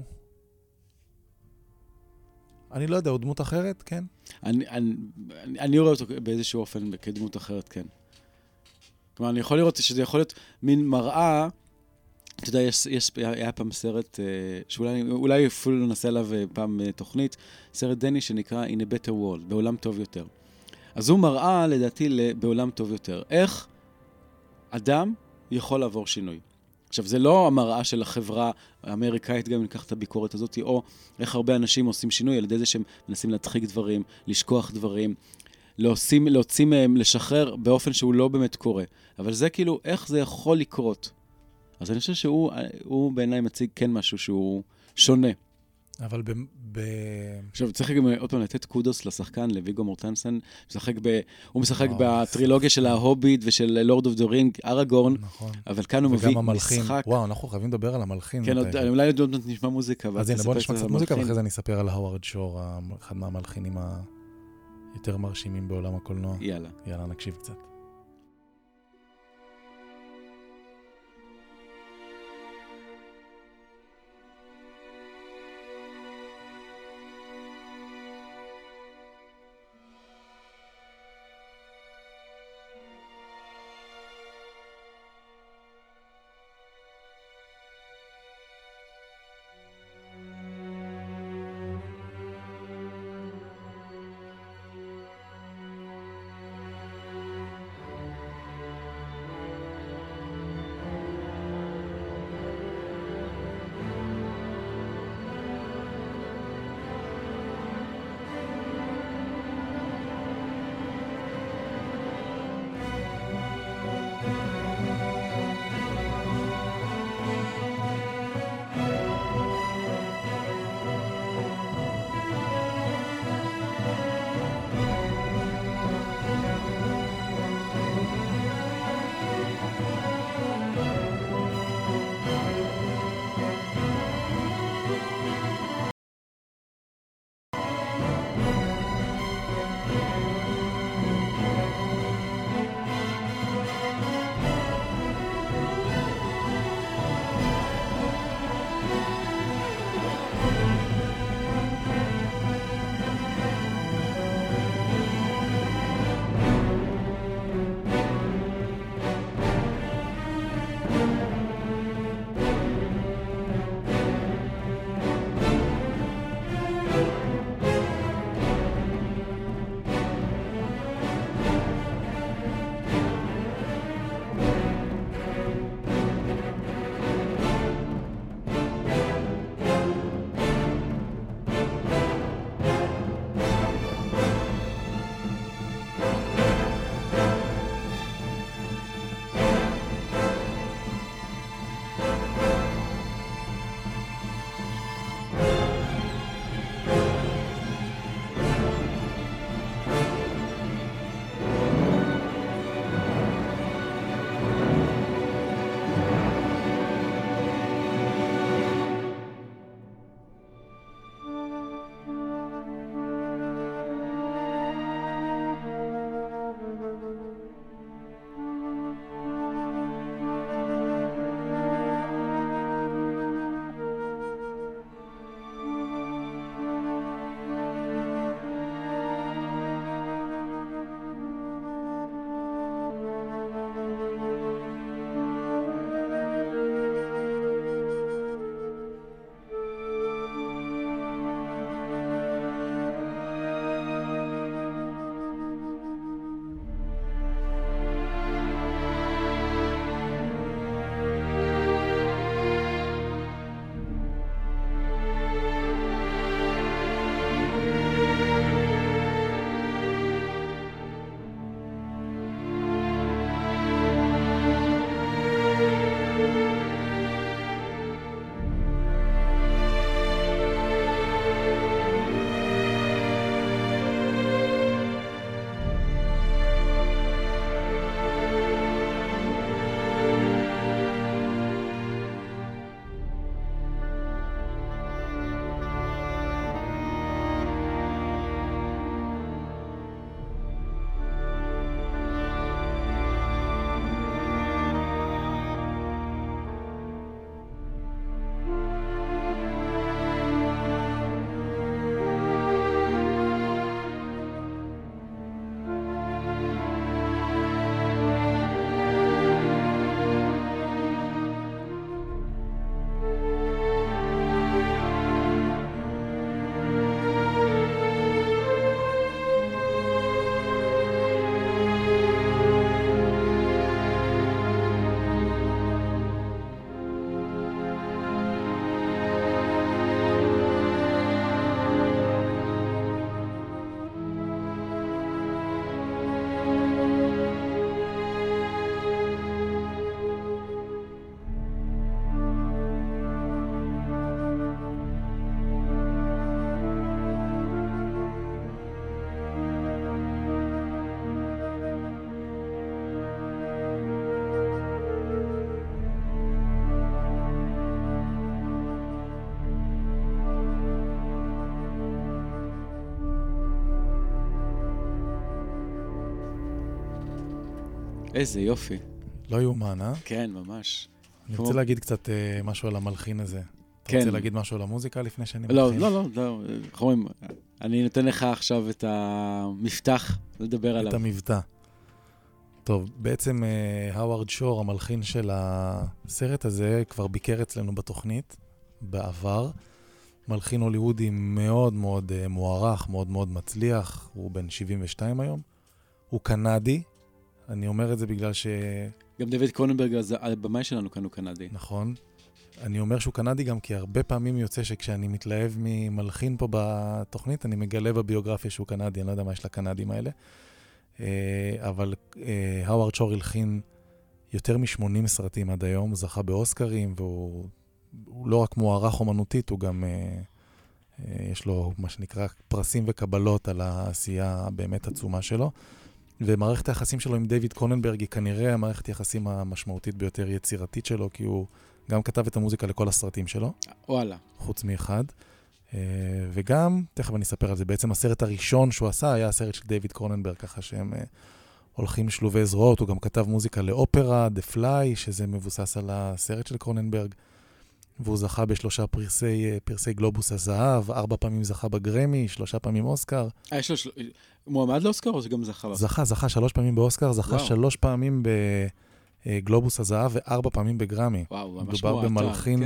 B: אני לא יודע, הוא דמות אחרת, כן?
C: אני, אני, אני, אני רואה אותו באיזשהו אופן כדמות אחרת, כן. כלומר, אני יכול לראות שזה יכול להיות מין מראה, אתה יודע, יש, יש, היה פעם סרט, שאולי אולי אפילו ננסה עליו פעם תוכנית, סרט דני שנקרא In a Better World, בעולם טוב יותר. אז הוא מראה, לדעתי, בעולם טוב יותר. איך אדם יכול לעבור שינוי. עכשיו, זה לא המראה של החברה האמריקאית, גם ניקח את הביקורת הזאת, או איך הרבה אנשים עושים שינוי, על ידי זה שהם מנסים להדחיק דברים, לשכוח דברים, להוציא, להוציא מהם, לשחרר באופן שהוא לא באמת קורה. אבל זה כאילו, איך זה יכול לקרות? אז אני חושב שהוא הוא בעיניי מציג כן משהו שהוא שונה.
B: אבל ב... ב...
C: עכשיו, צריך גם עוד פעם לתת קודוס לשחקן, לויגו מורטנסן, משחק ב... הוא משחק בטרילוגיה של ההוביט ושל לורד אוף דה רינג, אראגורן,
B: נכון.
C: אבל כאן הוא מביא משחק...
B: וואו, אנחנו חייבים לדבר על המלחין.
C: כן, עוד, אולי עוד נשמע מוזיקה.
B: אז הנה, בוא נשמע קצת מוזיקה, ואחרי זה אני אספר על האוורד שור, אחד מהמלחינים היותר מרשימים בעולם הקולנוע.
C: יאללה.
B: יאללה, נקשיב קצת.
C: איזה יופי.
B: לא יאומן, אה?
C: כן, ממש.
B: אני
C: כמו-
B: רוצה להגיד קצת אה, משהו על המלחין הזה. אתה
C: כן.
B: רוצה להגיד משהו על המוזיקה לפני שאני
C: לא,
B: מתחיל?
C: לא, לא, לא. איך אומרים, אני נותן לך עכשיו את המפתח לדבר עליו.
B: את המבטא. טוב, בעצם אה, האווארד שור, המלחין של הסרט הזה, כבר ביקר אצלנו בתוכנית בעבר. מלחין הוליוודי מאוד מאוד אה, מוערך, מאוד מאוד מצליח. הוא בן שבעים ושתיים היום. הוא קנדי. אני אומר את זה בגלל ש...
C: גם דויד קרוננברג, אז הבמאי שלנו כאן הוא קנדי.
B: נכון. אני אומר שהוא קנדי גם כי הרבה פעמים יוצא שכשאני מתלהב ממלחין פה בתוכנית, אני מגלה בביוגרפיה שהוא קנדי, אני לא יודע מה יש לקנדים האלה. אה, אבל אה, האווארד שור הלחין יותר מ-שמונים סרטים עד היום, הוא זכה באוסקרים, והוא הוא לא רק מוערך אומנותית, הוא גם, אה, אה, יש לו מה שנקרא פרסים וקבלות על העשייה הבאמת עצומה שלו. ומערכת היחסים שלו עם דיוויד קרוננברג היא כנראה המערכת היחסים המשמעותית ביותר יצירתית שלו, כי הוא גם כתב את המוזיקה לכל הסרטים שלו,
C: וואלה.
B: חוץ מאחד. אה, וגם, תכף אני אספר על זה, בעצם הסרט הראשון שהוא עשה היה הסרט של דיוויד קרוננברג, ככה שהם אה, הולכים שלובי זרועות. הוא גם כתב מוזיקה לאופרה, The Fly, שזה מבוסס על הסרט של קרוננברג, והוא זכה בשלושה פרסי, אה, פרסי גלובוס הזהב, ארבע פעמים זכה בגרמי, שלושה פעמים אוסקר.
C: אה, יש לו של... מועמד לאוסקר או זה גם זכה?
B: זכה, זכה שלוש פעמים באוסקר, זכה
C: וואו.
B: שלוש פעמים בגלובוס הזהב וארבע פעמים בגרמי.
C: וואו, ממש
B: מדובר
C: מועטה,
B: במלחין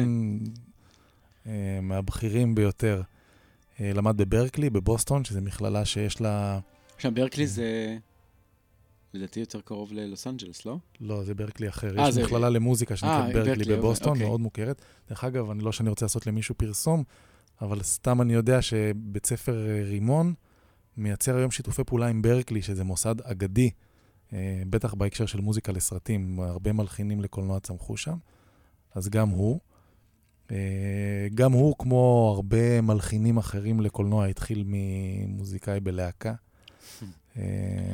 C: כן.
B: אה, מהבכירים ביותר. אה, למד בברקלי, בבוסטון, שזו מכללה שיש לה...
C: שם ברקלי זה... לדעתי יותר קרוב ללוס אנג'לס, לא?
B: לא, זה ברקלי אחר.
C: אה,
B: יש
C: זה-
B: מכללה למוזיקה
C: אה,
B: שנקראת ברקלי
C: ברקלי,
B: בבוסטון,
C: אוקיי.
B: מאוד מוכרת. דרך אגב, אני לא שאני רוצה לעשות למישהו פרסום, אבל סתם אני יודע שבית ספר אה, רימון מייצר היום שיתופי פעולה עם ברקלי, שזה מוסד אגדי, אה, בטח בהקשר של מוזיקה לסרטים, הרבה מלחינים לקולנוע צמחו שם, אז גם הוא. אה, גם הוא, כמו הרבה מלחינים אחרים לקולנוע, התחיל ממוזיקאי בלהקה. אה,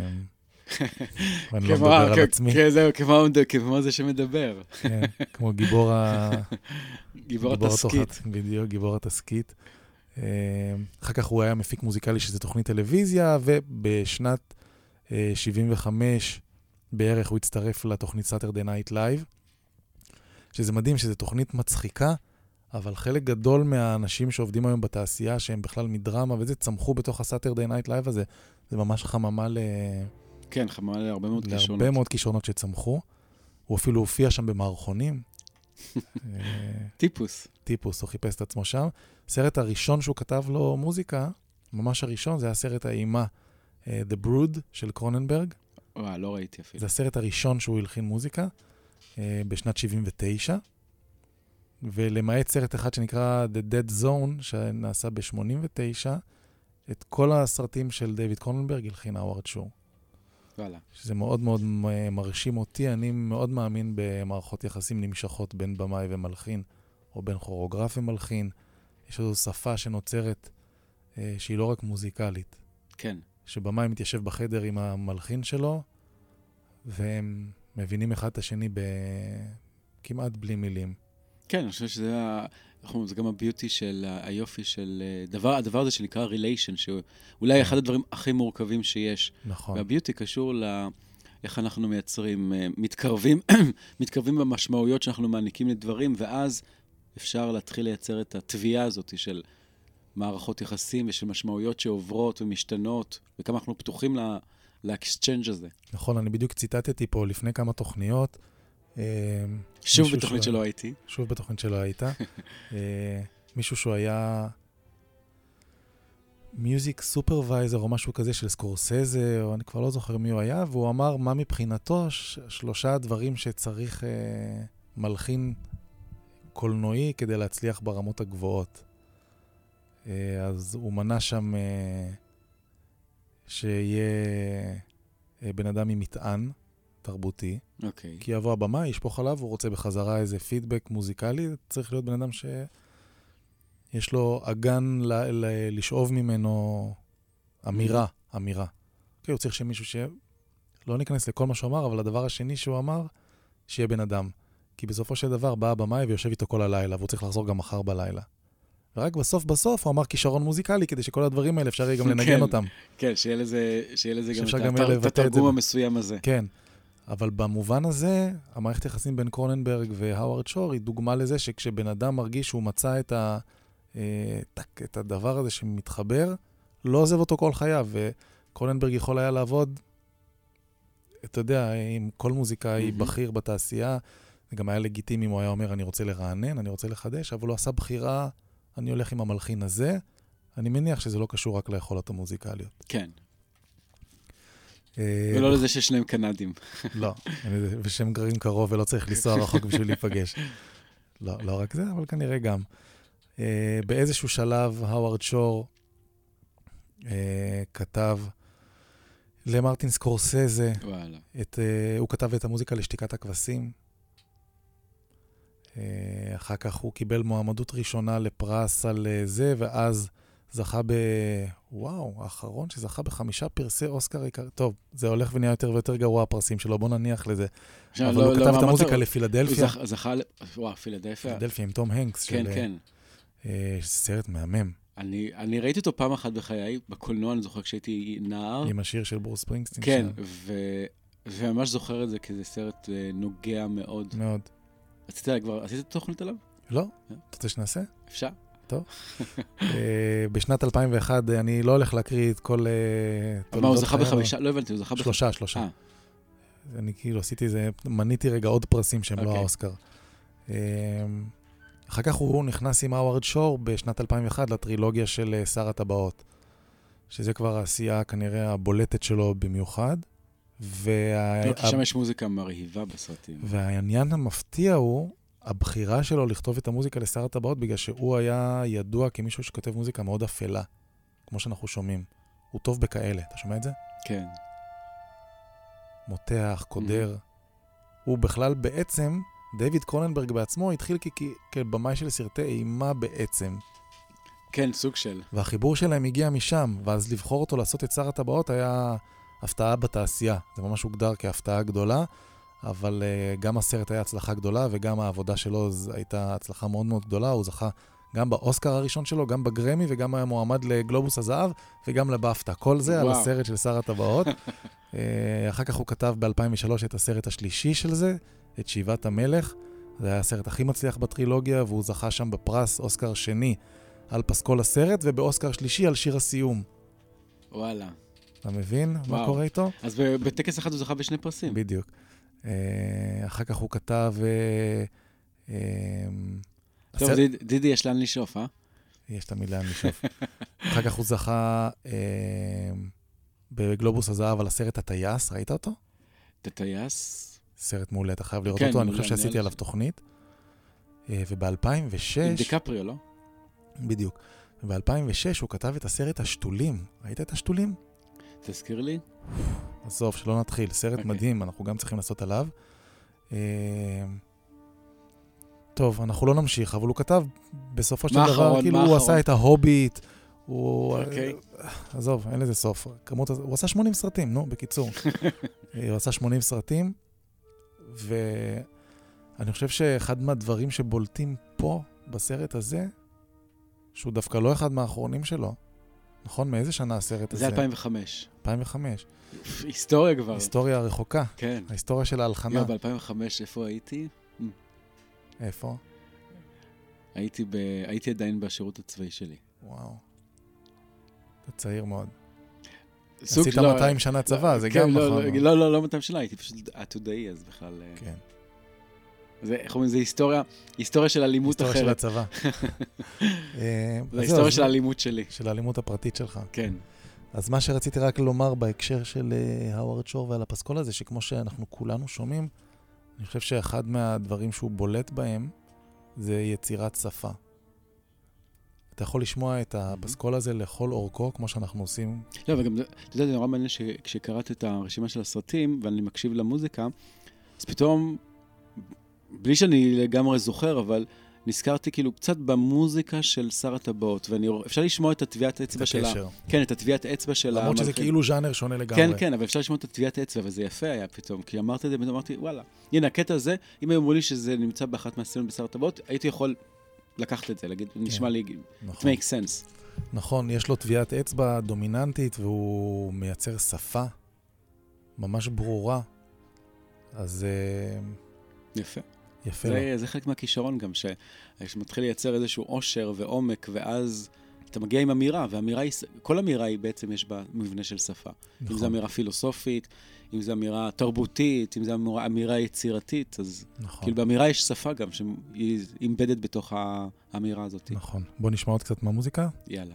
B: ואני לא
C: כמו-
B: מדבר על
C: כ-
B: עצמי.
C: כ- זהו, כמו- כמו זה שמדבר.
B: כן, כמו גיבור ה...
C: גיבור התסכית.
B: התוכן, בדיוק, גיבור התסכית. אה, אחר כך הוא היה מפיק מוזיקלי שזה תוכנית טלוויזיה, ובשנת אה, שבעים וחמש בערך הוא הצטרף לתוכנית Saturday Night Live, שזה מדהים, שזו תוכנית מצחיקה, אבל חלק גדול מהאנשים שעובדים היום בתעשייה, שהם בכלל מדרמה וזה, צמחו בתוך ה-Saturday Night Live הזה. זה ממש חממה ל...
C: כן, חממה להרבה מאוד כישרונות.
B: להרבה מאוד כישרונות שצמחו. הוא אפילו הופיע שם במערכונים. אה,
C: טיפוס.
B: טיפוס, הוא חיפש את עצמו שם. הסרט הראשון שהוא כתב לו מוזיקה, ממש הראשון, זה היה הסרט האימה, uh, The Brood של קרוננברג.
C: וואו, לא ראיתי אפילו.
B: זה הסרט הראשון שהוא הלחין מוזיקה, uh, בשנת שבעים ותשע. ולמעט סרט אחד שנקרא The Dead Zone, שנעשה ב-שמונים ותשע, את כל הסרטים של דיוויד קרוננברג הלחין האווארד שור.
C: וואלה.
B: שזה מאוד מאוד מרשים אותי. אני מאוד מאמין במערכות יחסים נמשכות בין במאי ומלחין, או בין כוריאוגרף ומלחין. יש איזו שפה שנוצרת אה, שהיא לא רק מוזיקלית.
C: כן.
B: שבמאי מתיישב בחדר עם המלחין שלו, והם מבינים אחד את השני כמעט בלי מילים.
C: כן, אני חושב שזה ה- אנחנו- זה גם הביוטי של ה- היופי של אה, דבר, הדבר הזה שנקרא ריליישן, שאולי אחד הדברים הכי מורכבים שיש.
B: נכון.
C: והביוטי קשור ל... איך אנחנו מייצרים, אה, מתקרבים, מתקרבים במשמעויות שאנחנו מעניקים לדברים, ואז אפשר להתחיל לייצר את התביעה הזאת של מערכות יחסים ושל משמעויות שעוברות ומשתנות, וכמה אנחנו פתוחים ל- לאקסצ'יינג' הזה.
B: נכון, אני בדיוק ציטטתי פה לפני כמה תוכניות. אה,
C: שוב
B: מישהו
C: בתוכנית
B: שהוא-
C: שלא הייתי.
B: שוב בתוכנית שלו היית. אה, מישהו שהוא היה מיוזיק סופרוויזר או משהו כזה של סקורסזה, או אני כבר לא זוכר מי הוא היה, והוא אמר מה מבחינתו ש- שלושה דברים שצריך אה, מלחין קולנועי כדי להצליח ברמות הגבוהות. אה, אז הוא מנה שם אה, שיהיה אה, בן אדם עם מטען תרבותי,
C: אוקיי.
B: כי יבוא הבמה, ישפוך עליו, הוא רוצה בחזרה איזה פידבק מוזיקלי, צריך להיות בן אדם שיש לו אגן ל- ל- לשאוב ממנו אמירה, אמירה. אוקיי, הוא צריך שמישהו ש... לא ניכנס לכל מה שהוא אמר, אבל הדבר השני שהוא אמר, שיהיה בן אדם. כי בסופו של דבר בא הבמאי ויושב איתו כל הלילה, והוא צריך לחזור גם מחר בלילה. ורק בסוף בסוף הוא אמר כישרון מוזיקלי, כדי שכל הדברים האלה אפשר יהיה גם לנגן
C: כן.
B: אותם.
C: כן, שיהיה לזה, שיהיה לזה גם
B: שאפשר
C: את
B: גם
C: הת-
B: לבטא
C: את
B: את זה
C: התרגום
B: ב-
C: המסוים הזה.
B: כן. אבל במובן הזה, המערכת יחסים בין קרוננברג והאוורד שור היא דוגמה לזה שכשבן אדם מרגיש שהוא מצא את, ה, את הדבר הזה שמתחבר, לא עוזב אותו כל חייו, וקרוננברג יכול היה לעבוד, אתה יודע, עם כל מוזיקאי mm-hmm. בכיר בתעשייה, זה גם היה לגיטימי אם הוא היה אומר, אני רוצה לרענן, אני רוצה לחדש, אבל הוא עשה בחירה, אני הולך עם המלחין הזה, אני מניח שזה לא קשור רק ליכולות המוזיקליות.
C: כן. ולא לזה ששניהם קנדים.
B: לא, ושהם גרים קרוב ולא צריך לנסוע רחוק בשביל להיפגש. לא, לא רק זה, אבל כנראה גם. באיזשהו שלב, האוורד שור כתב למרטין סקורסזה, הוא כתב את המוזיקה לשתיקת הכבשים. אחר כך הוא קיבל מועמדות ראשונה לפרס על זה, ואז זכה ב... וואו, האחרון שזכה בחמישה פרסי אוסקר עיקר... טוב, זה הולך ונהיה יותר ויותר גרוע הפרסים שלו, בוא נניח לזה. אבל הוא כתב את המוזיקה לפילדלפיה.
C: הוא זכה... וואו, פילדלפיה.
B: פילדלפיה עם תום הנקס.
C: כן, כן.
B: סרט מהמם.
C: אני ראיתי אותו פעם אחת בחיי, בקולנוע, אני זוכר כשהייתי נער.
B: עם השיר של ברוס ספרינגסטין.
C: כן, וממש זוכר את זה כזה סרט נוגע מאוד.
B: מאוד.
C: עשית את תוכנית עליו?
B: לא. אתה רוצה שנעשה?
C: אפשר.
B: טוב. בשנת אלפיים ואחת, אני לא הולך להקריא את כל...
C: מה, הוא זכה בחמישה? לא הבנתי, הוא זכה בחמישה.
B: שלושה, שלושה. אני כאילו עשיתי איזה, מניתי רגע עוד פרסים שהם לא האוסקר. אחר כך הוא נכנס עם האוורד שור בשנת אלפיים ואחת לטרילוגיה של שר הטבעות, שזה כבר העשייה כנראה הבולטת שלו במיוחד.
C: לא, כי שם יש מוזיקה מרהיבה בסרטים.
B: והעניין המפתיע הוא הבחירה שלו לכתוב את המוזיקה לשר הטבעות, בגלל שהוא היה ידוע כמישהו שכותב מוזיקה מאוד אפלה, כמו שאנחנו שומעים. הוא טוב בכאלה, אתה שומע את זה?
C: כן.
B: מותח, קודר. Mm-hmm. הוא בכלל בעצם, דיוויד קרוננברג בעצמו התחיל כ- כבמאי של סרטי אימה בעצם.
C: כן, סוג של.
B: והחיבור שלהם הגיע משם, ואז לבחור אותו לעשות את שר הטבעות היה הפתעה בתעשייה. זה ממש הוגדר כהפתעה גדולה. אבל uh, גם הסרט היה הצלחה גדולה, וגם העבודה שלו הייתה הצלחה מאוד מאוד גדולה. הוא זכה גם באוסקר הראשון שלו, גם בגרמי, וגם היה מועמד לגלובוס הזהב, וגם לבאפטה. כל זה וואו. על הסרט של שר הטבעות. uh, אחר כך הוא כתב ב-אלפיים ושלוש את הסרט השלישי של זה, את שיבת המלך. זה היה הסרט הכי מצליח בטרילוגיה, והוא זכה שם בפרס אוסקר שני על פסקול הסרט, ובאוסקר שלישי על שיר הסיום.
C: וואלה.
B: אתה מבין וואו. מה קורה איתו?
C: אז בטקס אחד הוא זכה בשני פרסים.
B: בדיוק. אחר כך הוא כתב...
C: טוב, דידי יש לאן לשאוף, אה?
B: יש תמיד לאן לשאוף. אחר כך הוא זכה בגלובוס הזהב על הסרט הטייס, ראית אותו?
C: את הטייס?
B: סרט מעולה, אתה חייב לראות אותו, אני חושב שעשיתי עליו תוכנית. וב-אלפיים ושש...
C: עם דיקפריו, לא?
B: בדיוק. וב-אלפיים ושש הוא כתב את הסרט השתולים. ראית את השתולים?
C: תזכיר לי.
B: עזוב, שלא נתחיל. סרט okay. מדהים, אנחנו גם צריכים לעשות עליו. טוב, אנחנו לא נמשיך, אבל הוא כתב בסופו של דבר, כאילו הוא עשה את ההוביט, הוא... עזוב, אין לזה סוף. הוא עשה שמונים סרטים, נו, בקיצור. הוא עשה שמונים סרטים, ואני חושב שאחד מהדברים שבולטים פה, בסרט הזה, שהוא דווקא לא אחד מהאחרונים שלו, נכון? מאיזה שנה הסרט הזה?
C: זה אלפיים וחמש.
B: אלפיים וחמש.
C: היסטוריה כבר.
B: היסטוריה רחוקה.
C: כן.
B: ההיסטוריה של ההלחנה.
C: ב- אלפיים וחמש איפה הייתי?
B: איפה?
C: הייתי, ב... הייתי עדיין בשירות הצבאי שלי.
B: וואו. אתה צעיר מאוד.
C: עשית
B: לא, מאתיים שנה צבא,
C: לא,
B: זה
C: כן,
B: גם
C: לא,
B: נכון.
C: לא, לא, לא, לא מאתיים שנה, הייתי פשוט עתודאי, אז בכלל...
B: כן.
C: זה, איך אומרים, זה היסטוריה, היסטוריה של אלימות אחרת.
B: היסטוריה של הצבא.
C: זה היסטוריה של האלימות שלי.
B: של האלימות הפרטית שלך.
C: כן.
B: אז מה שרציתי רק לומר בהקשר של האוורד שור ועל הפסקול הזה, שכמו שאנחנו כולנו שומעים, אני חושב שאחד מהדברים שהוא בולט בהם, זה יצירת שפה. אתה יכול לשמוע את הפסקול הזה לכל אורכו, כמו שאנחנו עושים.
C: לא, וגם, אתה יודע, זה נורא מעניין שכשקראת את הרשימה של הסרטים, ואני מקשיב למוזיקה, אז פתאום, בלי שאני לגמרי זוכר, אבל נזכרתי כאילו קצת במוזיקה של שר הטבעות, ואפשר לשמוע את הטביעת אצבע שלה. כן, את הטביעת אצבע שלה.
B: למרות שזה כאילו ז'אנר שונה לגמרי.
C: כן, כן, אבל אפשר לשמוע את הטביעת אצבע, וזה יפה היה פתאום, כי אמרת את זה, ואמרתי, וואלה, הנה, הקטע הזה, אם אמרו לי שזה נמצא באחת מהסצנות בשר הטבעות, הייתי יכול לקחת את זה, להגיד, נשמע לי, it makes sense.
B: נכון, יש לו טביעת אצבע דומיננטית, והוא מייצר שפה ממש ברורה. אז אה,
C: יפה.
B: יפה לו.
C: זה, זה חלק מהכישרון גם, ש- שמתחיל לייצר איזשהו עושר ועומק, ואז אתה מגיע עם אמירה, ואמירה היא, כל אמירה היא בעצם יש בה מבנה של שפה.
B: נכון.
C: אם זו אמירה פילוסופית, אם זו אמירה תרבותית, אם זו אמירה, אמירה יצירתית, אז
B: נכון.
C: כאילו באמירה יש שפה גם, שהיא אימבדד בתוך האמירה הזאת.
B: נכון. בוא נשמע עוד קצת מהמוזיקה.
C: יאללה.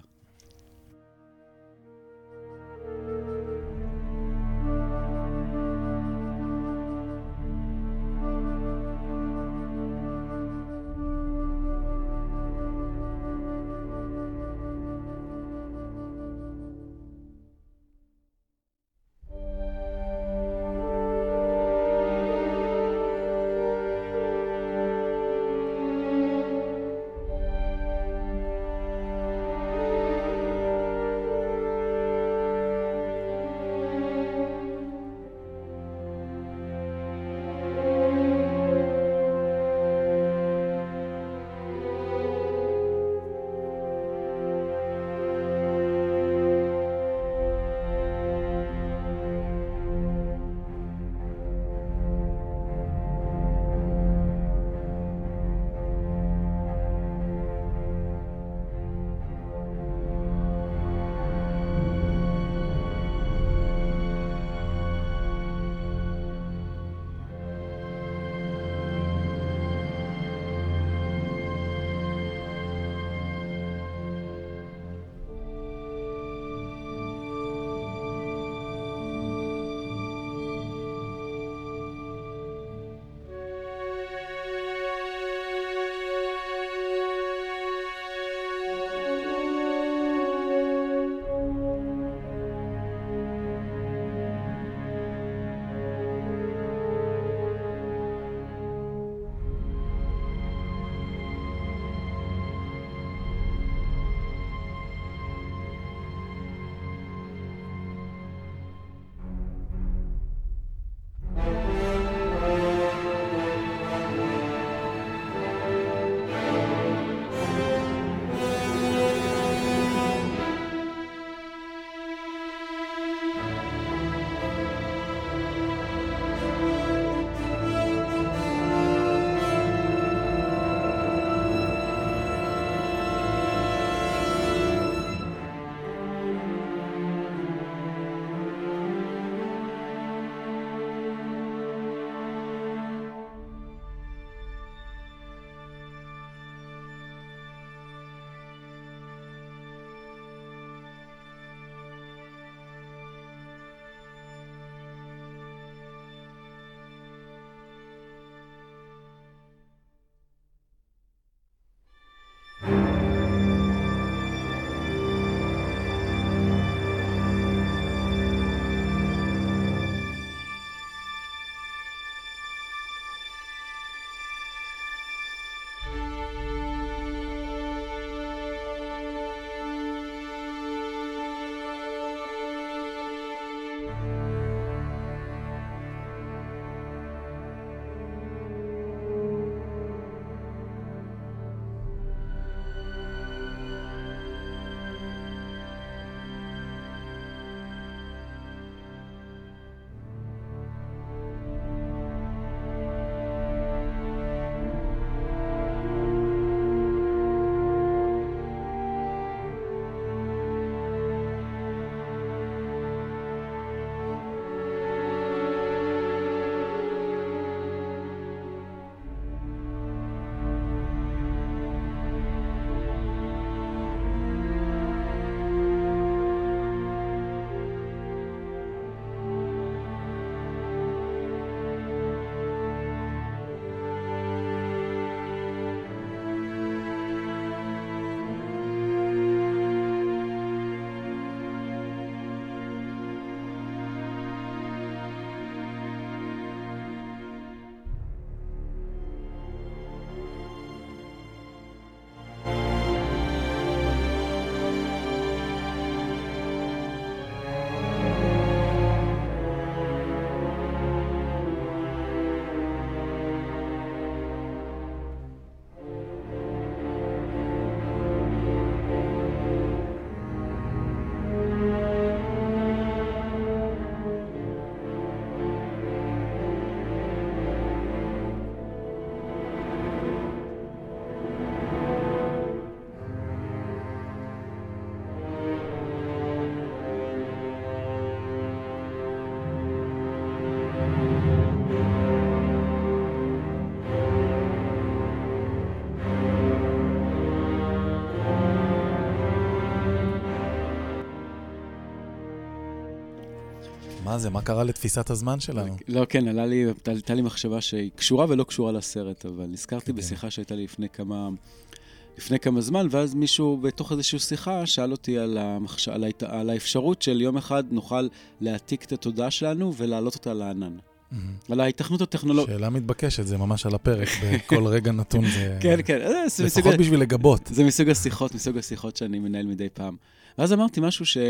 B: מה זה? מה קרה לתפיסת הזמן שלנו?
C: לא, כן, עלה לי, הייתה לי מחשבה שהיא קשורה ולא קשורה לסרט, אבל נזכרתי בשיחה שהייתה לי לפני כמה, לפני כמה זמן, ואז מישהו בתוך איזושהי שיחה שאל אותי על, המחש... על, ההת... על האפשרות של יום אחד נוכל להעתיק את התודעה שלנו ולהעלות אותה לענן. על ההיתכנות הטכנולוגית.
B: שאלה מתבקשת, זה ממש על הפרק, בכל רגע נתון זה...
C: כן, כן.
B: זה לפחות בשביל לגבות.
C: זה מסוג השיחות, מסוג השיחות שאני מנהל מדי פעם. ואז אמרתי משהו ש...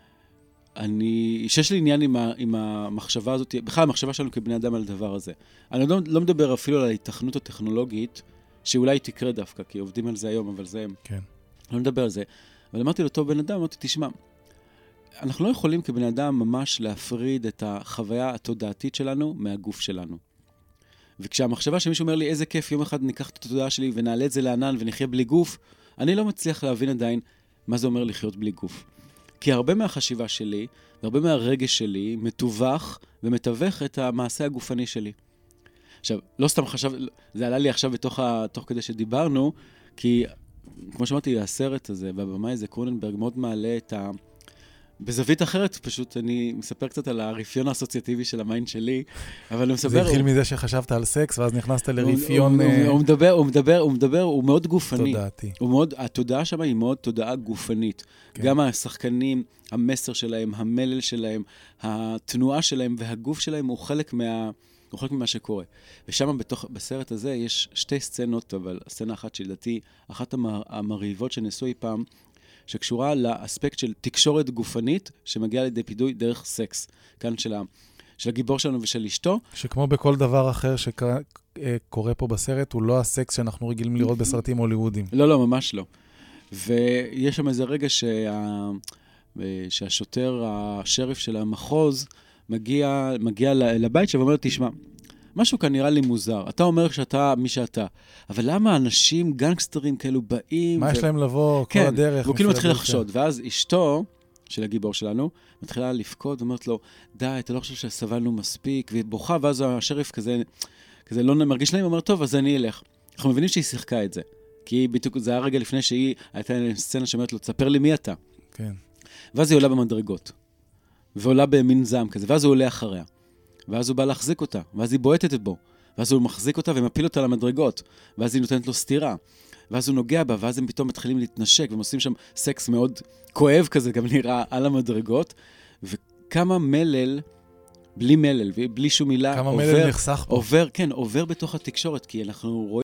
C: אני, שיש לי עניין עם, ה, עם המחשבה הזאת, בכלל המחשבה שלנו כבני אדם על הדבר הזה. אני לא, לא מדבר אפילו על ההיתכנות הטכנולוגית, שאולי תקרה דווקא, כי עובדים על זה היום, אבל זה...
B: כן.
C: לא מדבר על זה. אבל אמרתי לאותו בן אדם, אמרתי, תשמע, אנחנו לא יכולים כבני אדם ממש להפריד את החוויה התודעתית שלנו מהגוף שלנו. וכשהמחשבה שמישהו אומר לי, איזה כיף, יום אחד ניקח את התודעה שלי ונעלה את זה לענן ונחיה בלי גוף, אני לא מצליח להבין עדיין מה זה אומר לחיות בלי גוף. כי הרבה מהחשיבה שלי, והרבה מהרגש שלי, מתווך ומתווך את המעשה הגופני שלי. עכשיו, לא סתם חשב, זה עלה לי עכשיו בתוך ה, תוך כדי שדיברנו, כי, כמו שאמרתי, הסרט הזה, והבמאי הזה, קרוננברג, מאוד מעלה את ה... בזווית אחרת, פשוט אני מספר קצת על הרפיון האסוציאטיבי של המיינד שלי, אבל הוא מספר...
B: זה התחיל מזה שחשבת על סקס, ואז נכנסת לרפיון...
C: הוא מדבר, הוא מדבר, הוא מדבר, הוא מאוד גופני.
B: תודעתי.
C: הוא מאוד, התודעה שם היא מאוד תודעה גופנית. גם השחקנים, המסר שלהם, המלל שלהם, התנועה שלהם והגוף שלהם הוא חלק מה... הוא חלק ממה שקורה. ושם בתוך, בסרט הזה יש שתי סצנות, אבל הסצנה אחת שלדעתי, אחת המרהיבות שנעשו אי פעם, שקשורה לאספקט של תקשורת גופנית, שמגיעה לידי פידוי דרך סקס. כאן של, ה, של הגיבור שלנו ושל אשתו.
B: שכמו בכל דבר אחר שקורה פה בסרט, הוא לא הסקס שאנחנו רגילים לראות בסרטים הוליוודיים.
C: לא, לא, ממש לא. ויש שם איזה רגע שה, שהשוטר, השריף של המחוז, מגיע, מגיע לבית שאומר, תשמע, משהו כאן נראה לי מוזר. אתה אומר שאתה מי שאתה, אבל למה אנשים, גנגסטרים כאלו באים...
B: מה
C: ו...
B: יש להם לבוא כל
C: כן,
B: הדרך?
C: והוא כאילו מתחיל לחשוד, ואז אשתו של הגיבור שלנו מתחילה לפקוד, ואומרת לו, די, אתה לא חושב שסבלנו מספיק, ובוכה, ואז השריף כזה, כזה לא מרגיש להם, אומר, טוב, אז אני אלך. אנחנו מבינים שהיא שיחקה את זה, כי בדיוק זה היה רגע לפני שהיא הייתה סצנה שאומרת לו, תספר לי מי אתה.
B: כן.
C: ואז היא עולה במדרגות, ועולה במין זעם כזה, ואז הוא עולה אחריה. ואז הוא בא להחזיק אותה, ואז היא בועטת בו, ואז הוא מחזיק אותה ומפיל אותה למדרגות, ואז היא נותנת לו סתירה, ואז הוא נוגע בה, ואז הם פתאום מתחילים להתנשק, והם עושים שם סקס מאוד כואב כזה, גם נראה על המדרגות, וכמה מלל, בלי מלל, ובלי שום מילה,
B: כמה
C: עובר,
B: מלל נחסך פה.
C: עובר, כן, עובר בתוך התקשורת, כי אנחנו רואים,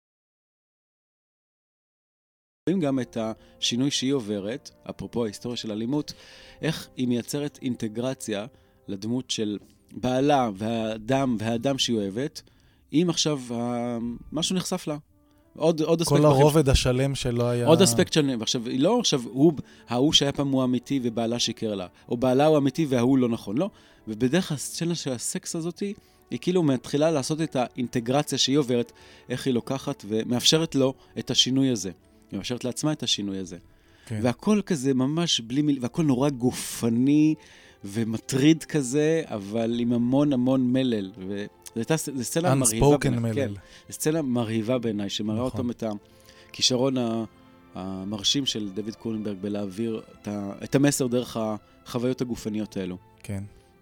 C: רואים גם את השינוי שהיא עוברת, אפרופו ההיסטוריה של אלימות, איך היא מייצרת אינטגרציה לדמות של בעלה והאדם והאדם שהיא אוהבת, אם עכשיו משהו נחשף לה. עוד, עוד אספקט...
B: כל הרובד השלם שלא היה...
C: עוד אספקט שלם. ועכשיו, היא לא עכשיו, הוא, ההוא שהיה פעם הוא אמיתי ובעלה שיקר לה, או בעלה הוא אמיתי וההוא לא נכון, לא. ובדרך הסצנה של הסקס הזאת, היא כאילו מתחילה לעשות את האינטגרציה שהיא עוברת, איך היא לוקחת ומאפשרת לו את השינוי הזה. היא מאפשרת לעצמה את השינוי הזה. כן. והכל כזה ממש בלי מיל... והכל נורא גופני ומטריד כזה, אבל עם המון המון מלל. וזו סצנה מרהיבה בעיניי. כן, זו סצנה מרהיבה בעיניי, שמראה נכון. אותם את הכישרון המרשים של דוד קרוננברג בלהעביר את, ה... את המסר דרך החוויות הגופניות האלו.
B: כן.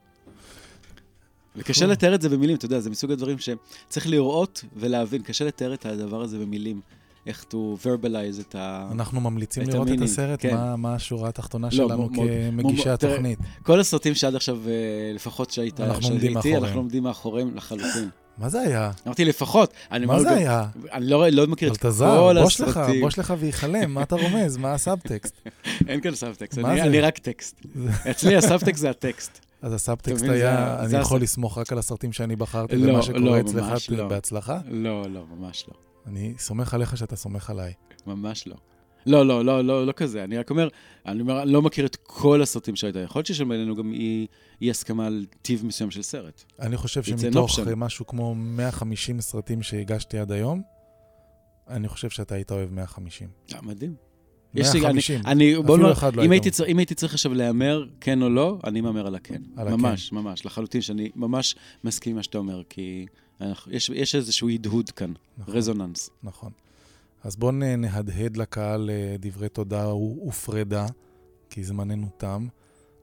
C: וקשה לתאר את זה במילים, אתה יודע, זה מסוג הדברים שצריך לראות ולהבין, קשה לתאר את הדבר הזה במילים. איך to verbalize את ה...
B: אנחנו ממליצים לראות את הסרט, מה השורה התחתונה שלנו כמגישי התוכנית.
C: כל הסרטים שעד עכשיו, לפחות שהיית איתי, אנחנו עומדים מאחוריהם לחלוטין.
B: מה זה היה?
C: אמרתי לפחות.
B: מה זה היה?
C: אני לא מכיר את כל הסרטים.
B: בוש לך ויחלם, מה אתה רומז? מה הסאבטקסט?
C: אין כאן סאבטקסט, אני רק טקסט. אצלי הסאבטקסט זה הטקסט.
B: אז הסאבטקסט היה, אני יכול לסמוך רק על הסרטים שאני בחרתי, ומה שקורה אצלך בהצלחה?
C: לא, לא, ממש לא.
B: אני סומך עליך שאתה סומך עליי.
C: ממש לא. לא, לא, לא, לא, לא כזה. אני רק אומר, אני אומר, לא מכיר את כל הסרטים שהייתה. יכול להיות שיש בינינו גם אי, אי הסכמה על טיב מסוים של סרט.
B: אני חושב שמתוך משהו כמו מאה וחמישים סרטים שהגשתי עד היום, אני חושב שאתה היית אוהב מאה וחמישים.
C: אה, מדהים.
B: מאה וחמישים.
C: אני, אפילו אחד לא הייתי. אם הייתי צריך עכשיו לאמר כן או לא, אני מאמר על הכן. ממש, ממש. לחלוטין שאני ממש מסכים מה שאתה אומר, כי יש, יש איזשהו הדהוד כאן, נכון, רזוננס.
B: נכון. אז בואו נהדהד לקהל דברי תודה ופרידה, כי זמננו תם.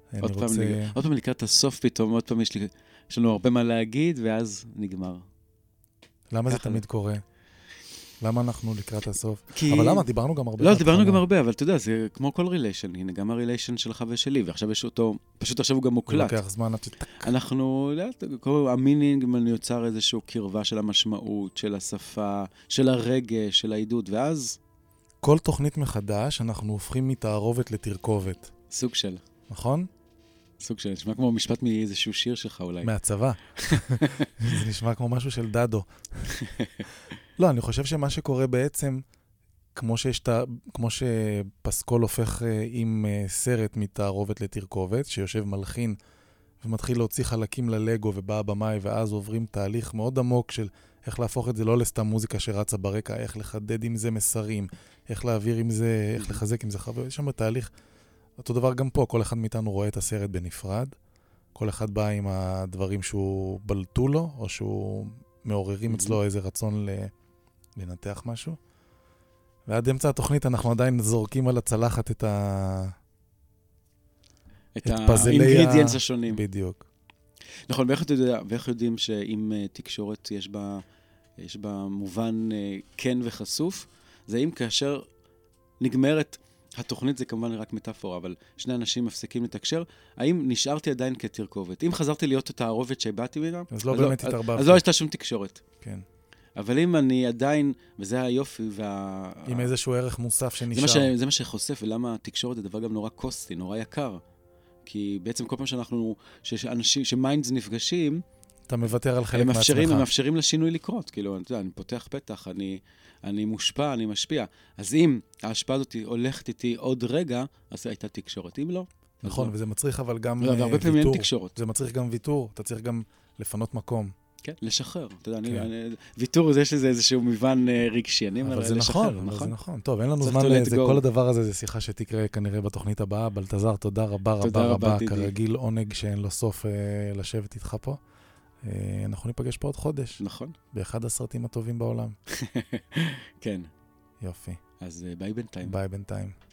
B: אני
C: עוד פעם,
B: רוצה...
C: נג- עוד פעם לקראת הסוף פתאום, עוד פעם יש לי, יש לנו הרבה מה להגיד, ואז נגמר.
B: למה זה
C: ככה
B: תמיד קורה? למה אנחנו לקראת הסוף?
C: כי-
B: אבל למה? דיברנו גם הרבה.
C: לא, דיברנו
B: בהתחלה.
C: גם הרבה, אבל אתה יודע, זה כמו כל ריליישן, הנה, גם הריליישן שלך ושלי, ועכשיו יש אותו, פשוט עכשיו הוא גם
B: זה
C: מוקלט.
B: לוקח זמן עד ש...
C: אנחנו, לאט, כל המינינג יוצר איזשהו קרבה של המשמעות, של השפה, של הרגש, של העידוד, ואז
B: כל תוכנית מחדש, אנחנו הופכים מתערובת לתרכובת,
C: סוג של,
B: נכון?
C: סוג של, נשמע כמו משפט מאיזשהו שיר שלך אולי.
B: מהצבא. זה נשמע כמו משהו של דדו. לא, אני חושב שמה שקורה בעצם, כמו, שיש, כמו שפסקול הופך עם סרט מתערובת לתרכובת, שיושב מלחין ומתחיל להוציא חלקים ללגו ובא הבמאי, ואז עוברים תהליך מאוד עמוק של איך להפוך את זה לא לסתם מוזיקה שרצה ברקע, איך לחדד עם זה מסרים, איך להעביר עם זה, איך לחזק עם זה חבר. יש שם תהליך, אותו דבר גם פה, כל אחד מאיתנו רואה את הסרט בנפרד, כל אחד בא עם הדברים שהוא בלטו לו, או שהוא מעוררים אצלו איזה רצון לנתח משהו. ועד אמצע התוכנית אנחנו עדיין זורקים על הצלחת את ה...
C: את
B: פאזלי
C: האינגרידיאנס השונים.
B: בדיוק.
C: נכון, ואיך אתה יודע, ואיך יודעים שאם uh, תקשורת יש בה, יש בה מובן uh, כן וחשוף, זה אם כאשר נגמרת, התוכנית זה כמובן רק מטאפורה, אבל שני אנשים מפסיקים לתקשר, האם נשארתי עדיין כתרכובת? אם חזרתי להיות את הערובת שבאתי ממנה,
B: אז לא באמת התערבבתי.
C: אז לא הייתה שום תקשורת.
B: כן.
C: אבל אם אני עדיין, וזה היופי וה...
B: עם איזשהו ערך מוסף שנשאר.
C: זה מה, ש... זה מה שחושף, ולמה התקשורת זה דבר גם נורא קוסטי, נורא יקר. כי בעצם כל פעם שאנחנו, שאנשים, שמיינדס נפגשים,
B: אתה מוותר על חלק
C: הם
B: מעצמך.
C: מאפשרים, הם מאפשרים לשינוי לקרות. כאילו, אתה יודע, אני פותח פתח, אני, אני מושפע, אני משפיע. אז אם ההשפעה הזאת הולכת איתי עוד רגע, אז הייתה תקשורת. אם לא...
B: נכון,
C: לא.
B: וזה מצריך אבל גם
C: לא, והרבה פעמים אין תקשורת.
B: זה מצריך גם ויתור, אתה צריך גם לפנות מקום.
C: כן, לשחרר. אתה יודע,
B: כן.
C: אני, אני, ויתור, יש לזה איזשהו מובן רגשי. אני אומר,
B: אבל זה
C: לשחרר,
B: נכון, אבל זה נכון. טוב, אין לנו
C: צריך
B: זמן
C: to let
B: לזה,
C: go.
B: כל הדבר הזה זה שיחה שתקרה כנראה בתוכנית הבאה. בלטזר, תודה רבה
C: תודה
B: רבה
C: רבה,
B: רבה,
C: דידי.
B: כרגיל עונג שאין לו סוף אה, לשבת איתך פה. אה, אנחנו ניפגש פה עוד חודש,
C: נכון.
B: באחד הסרטים הטובים בעולם.
C: כן.
B: יופי.
C: אז ביי בינתיים.
B: ביי בינתיים.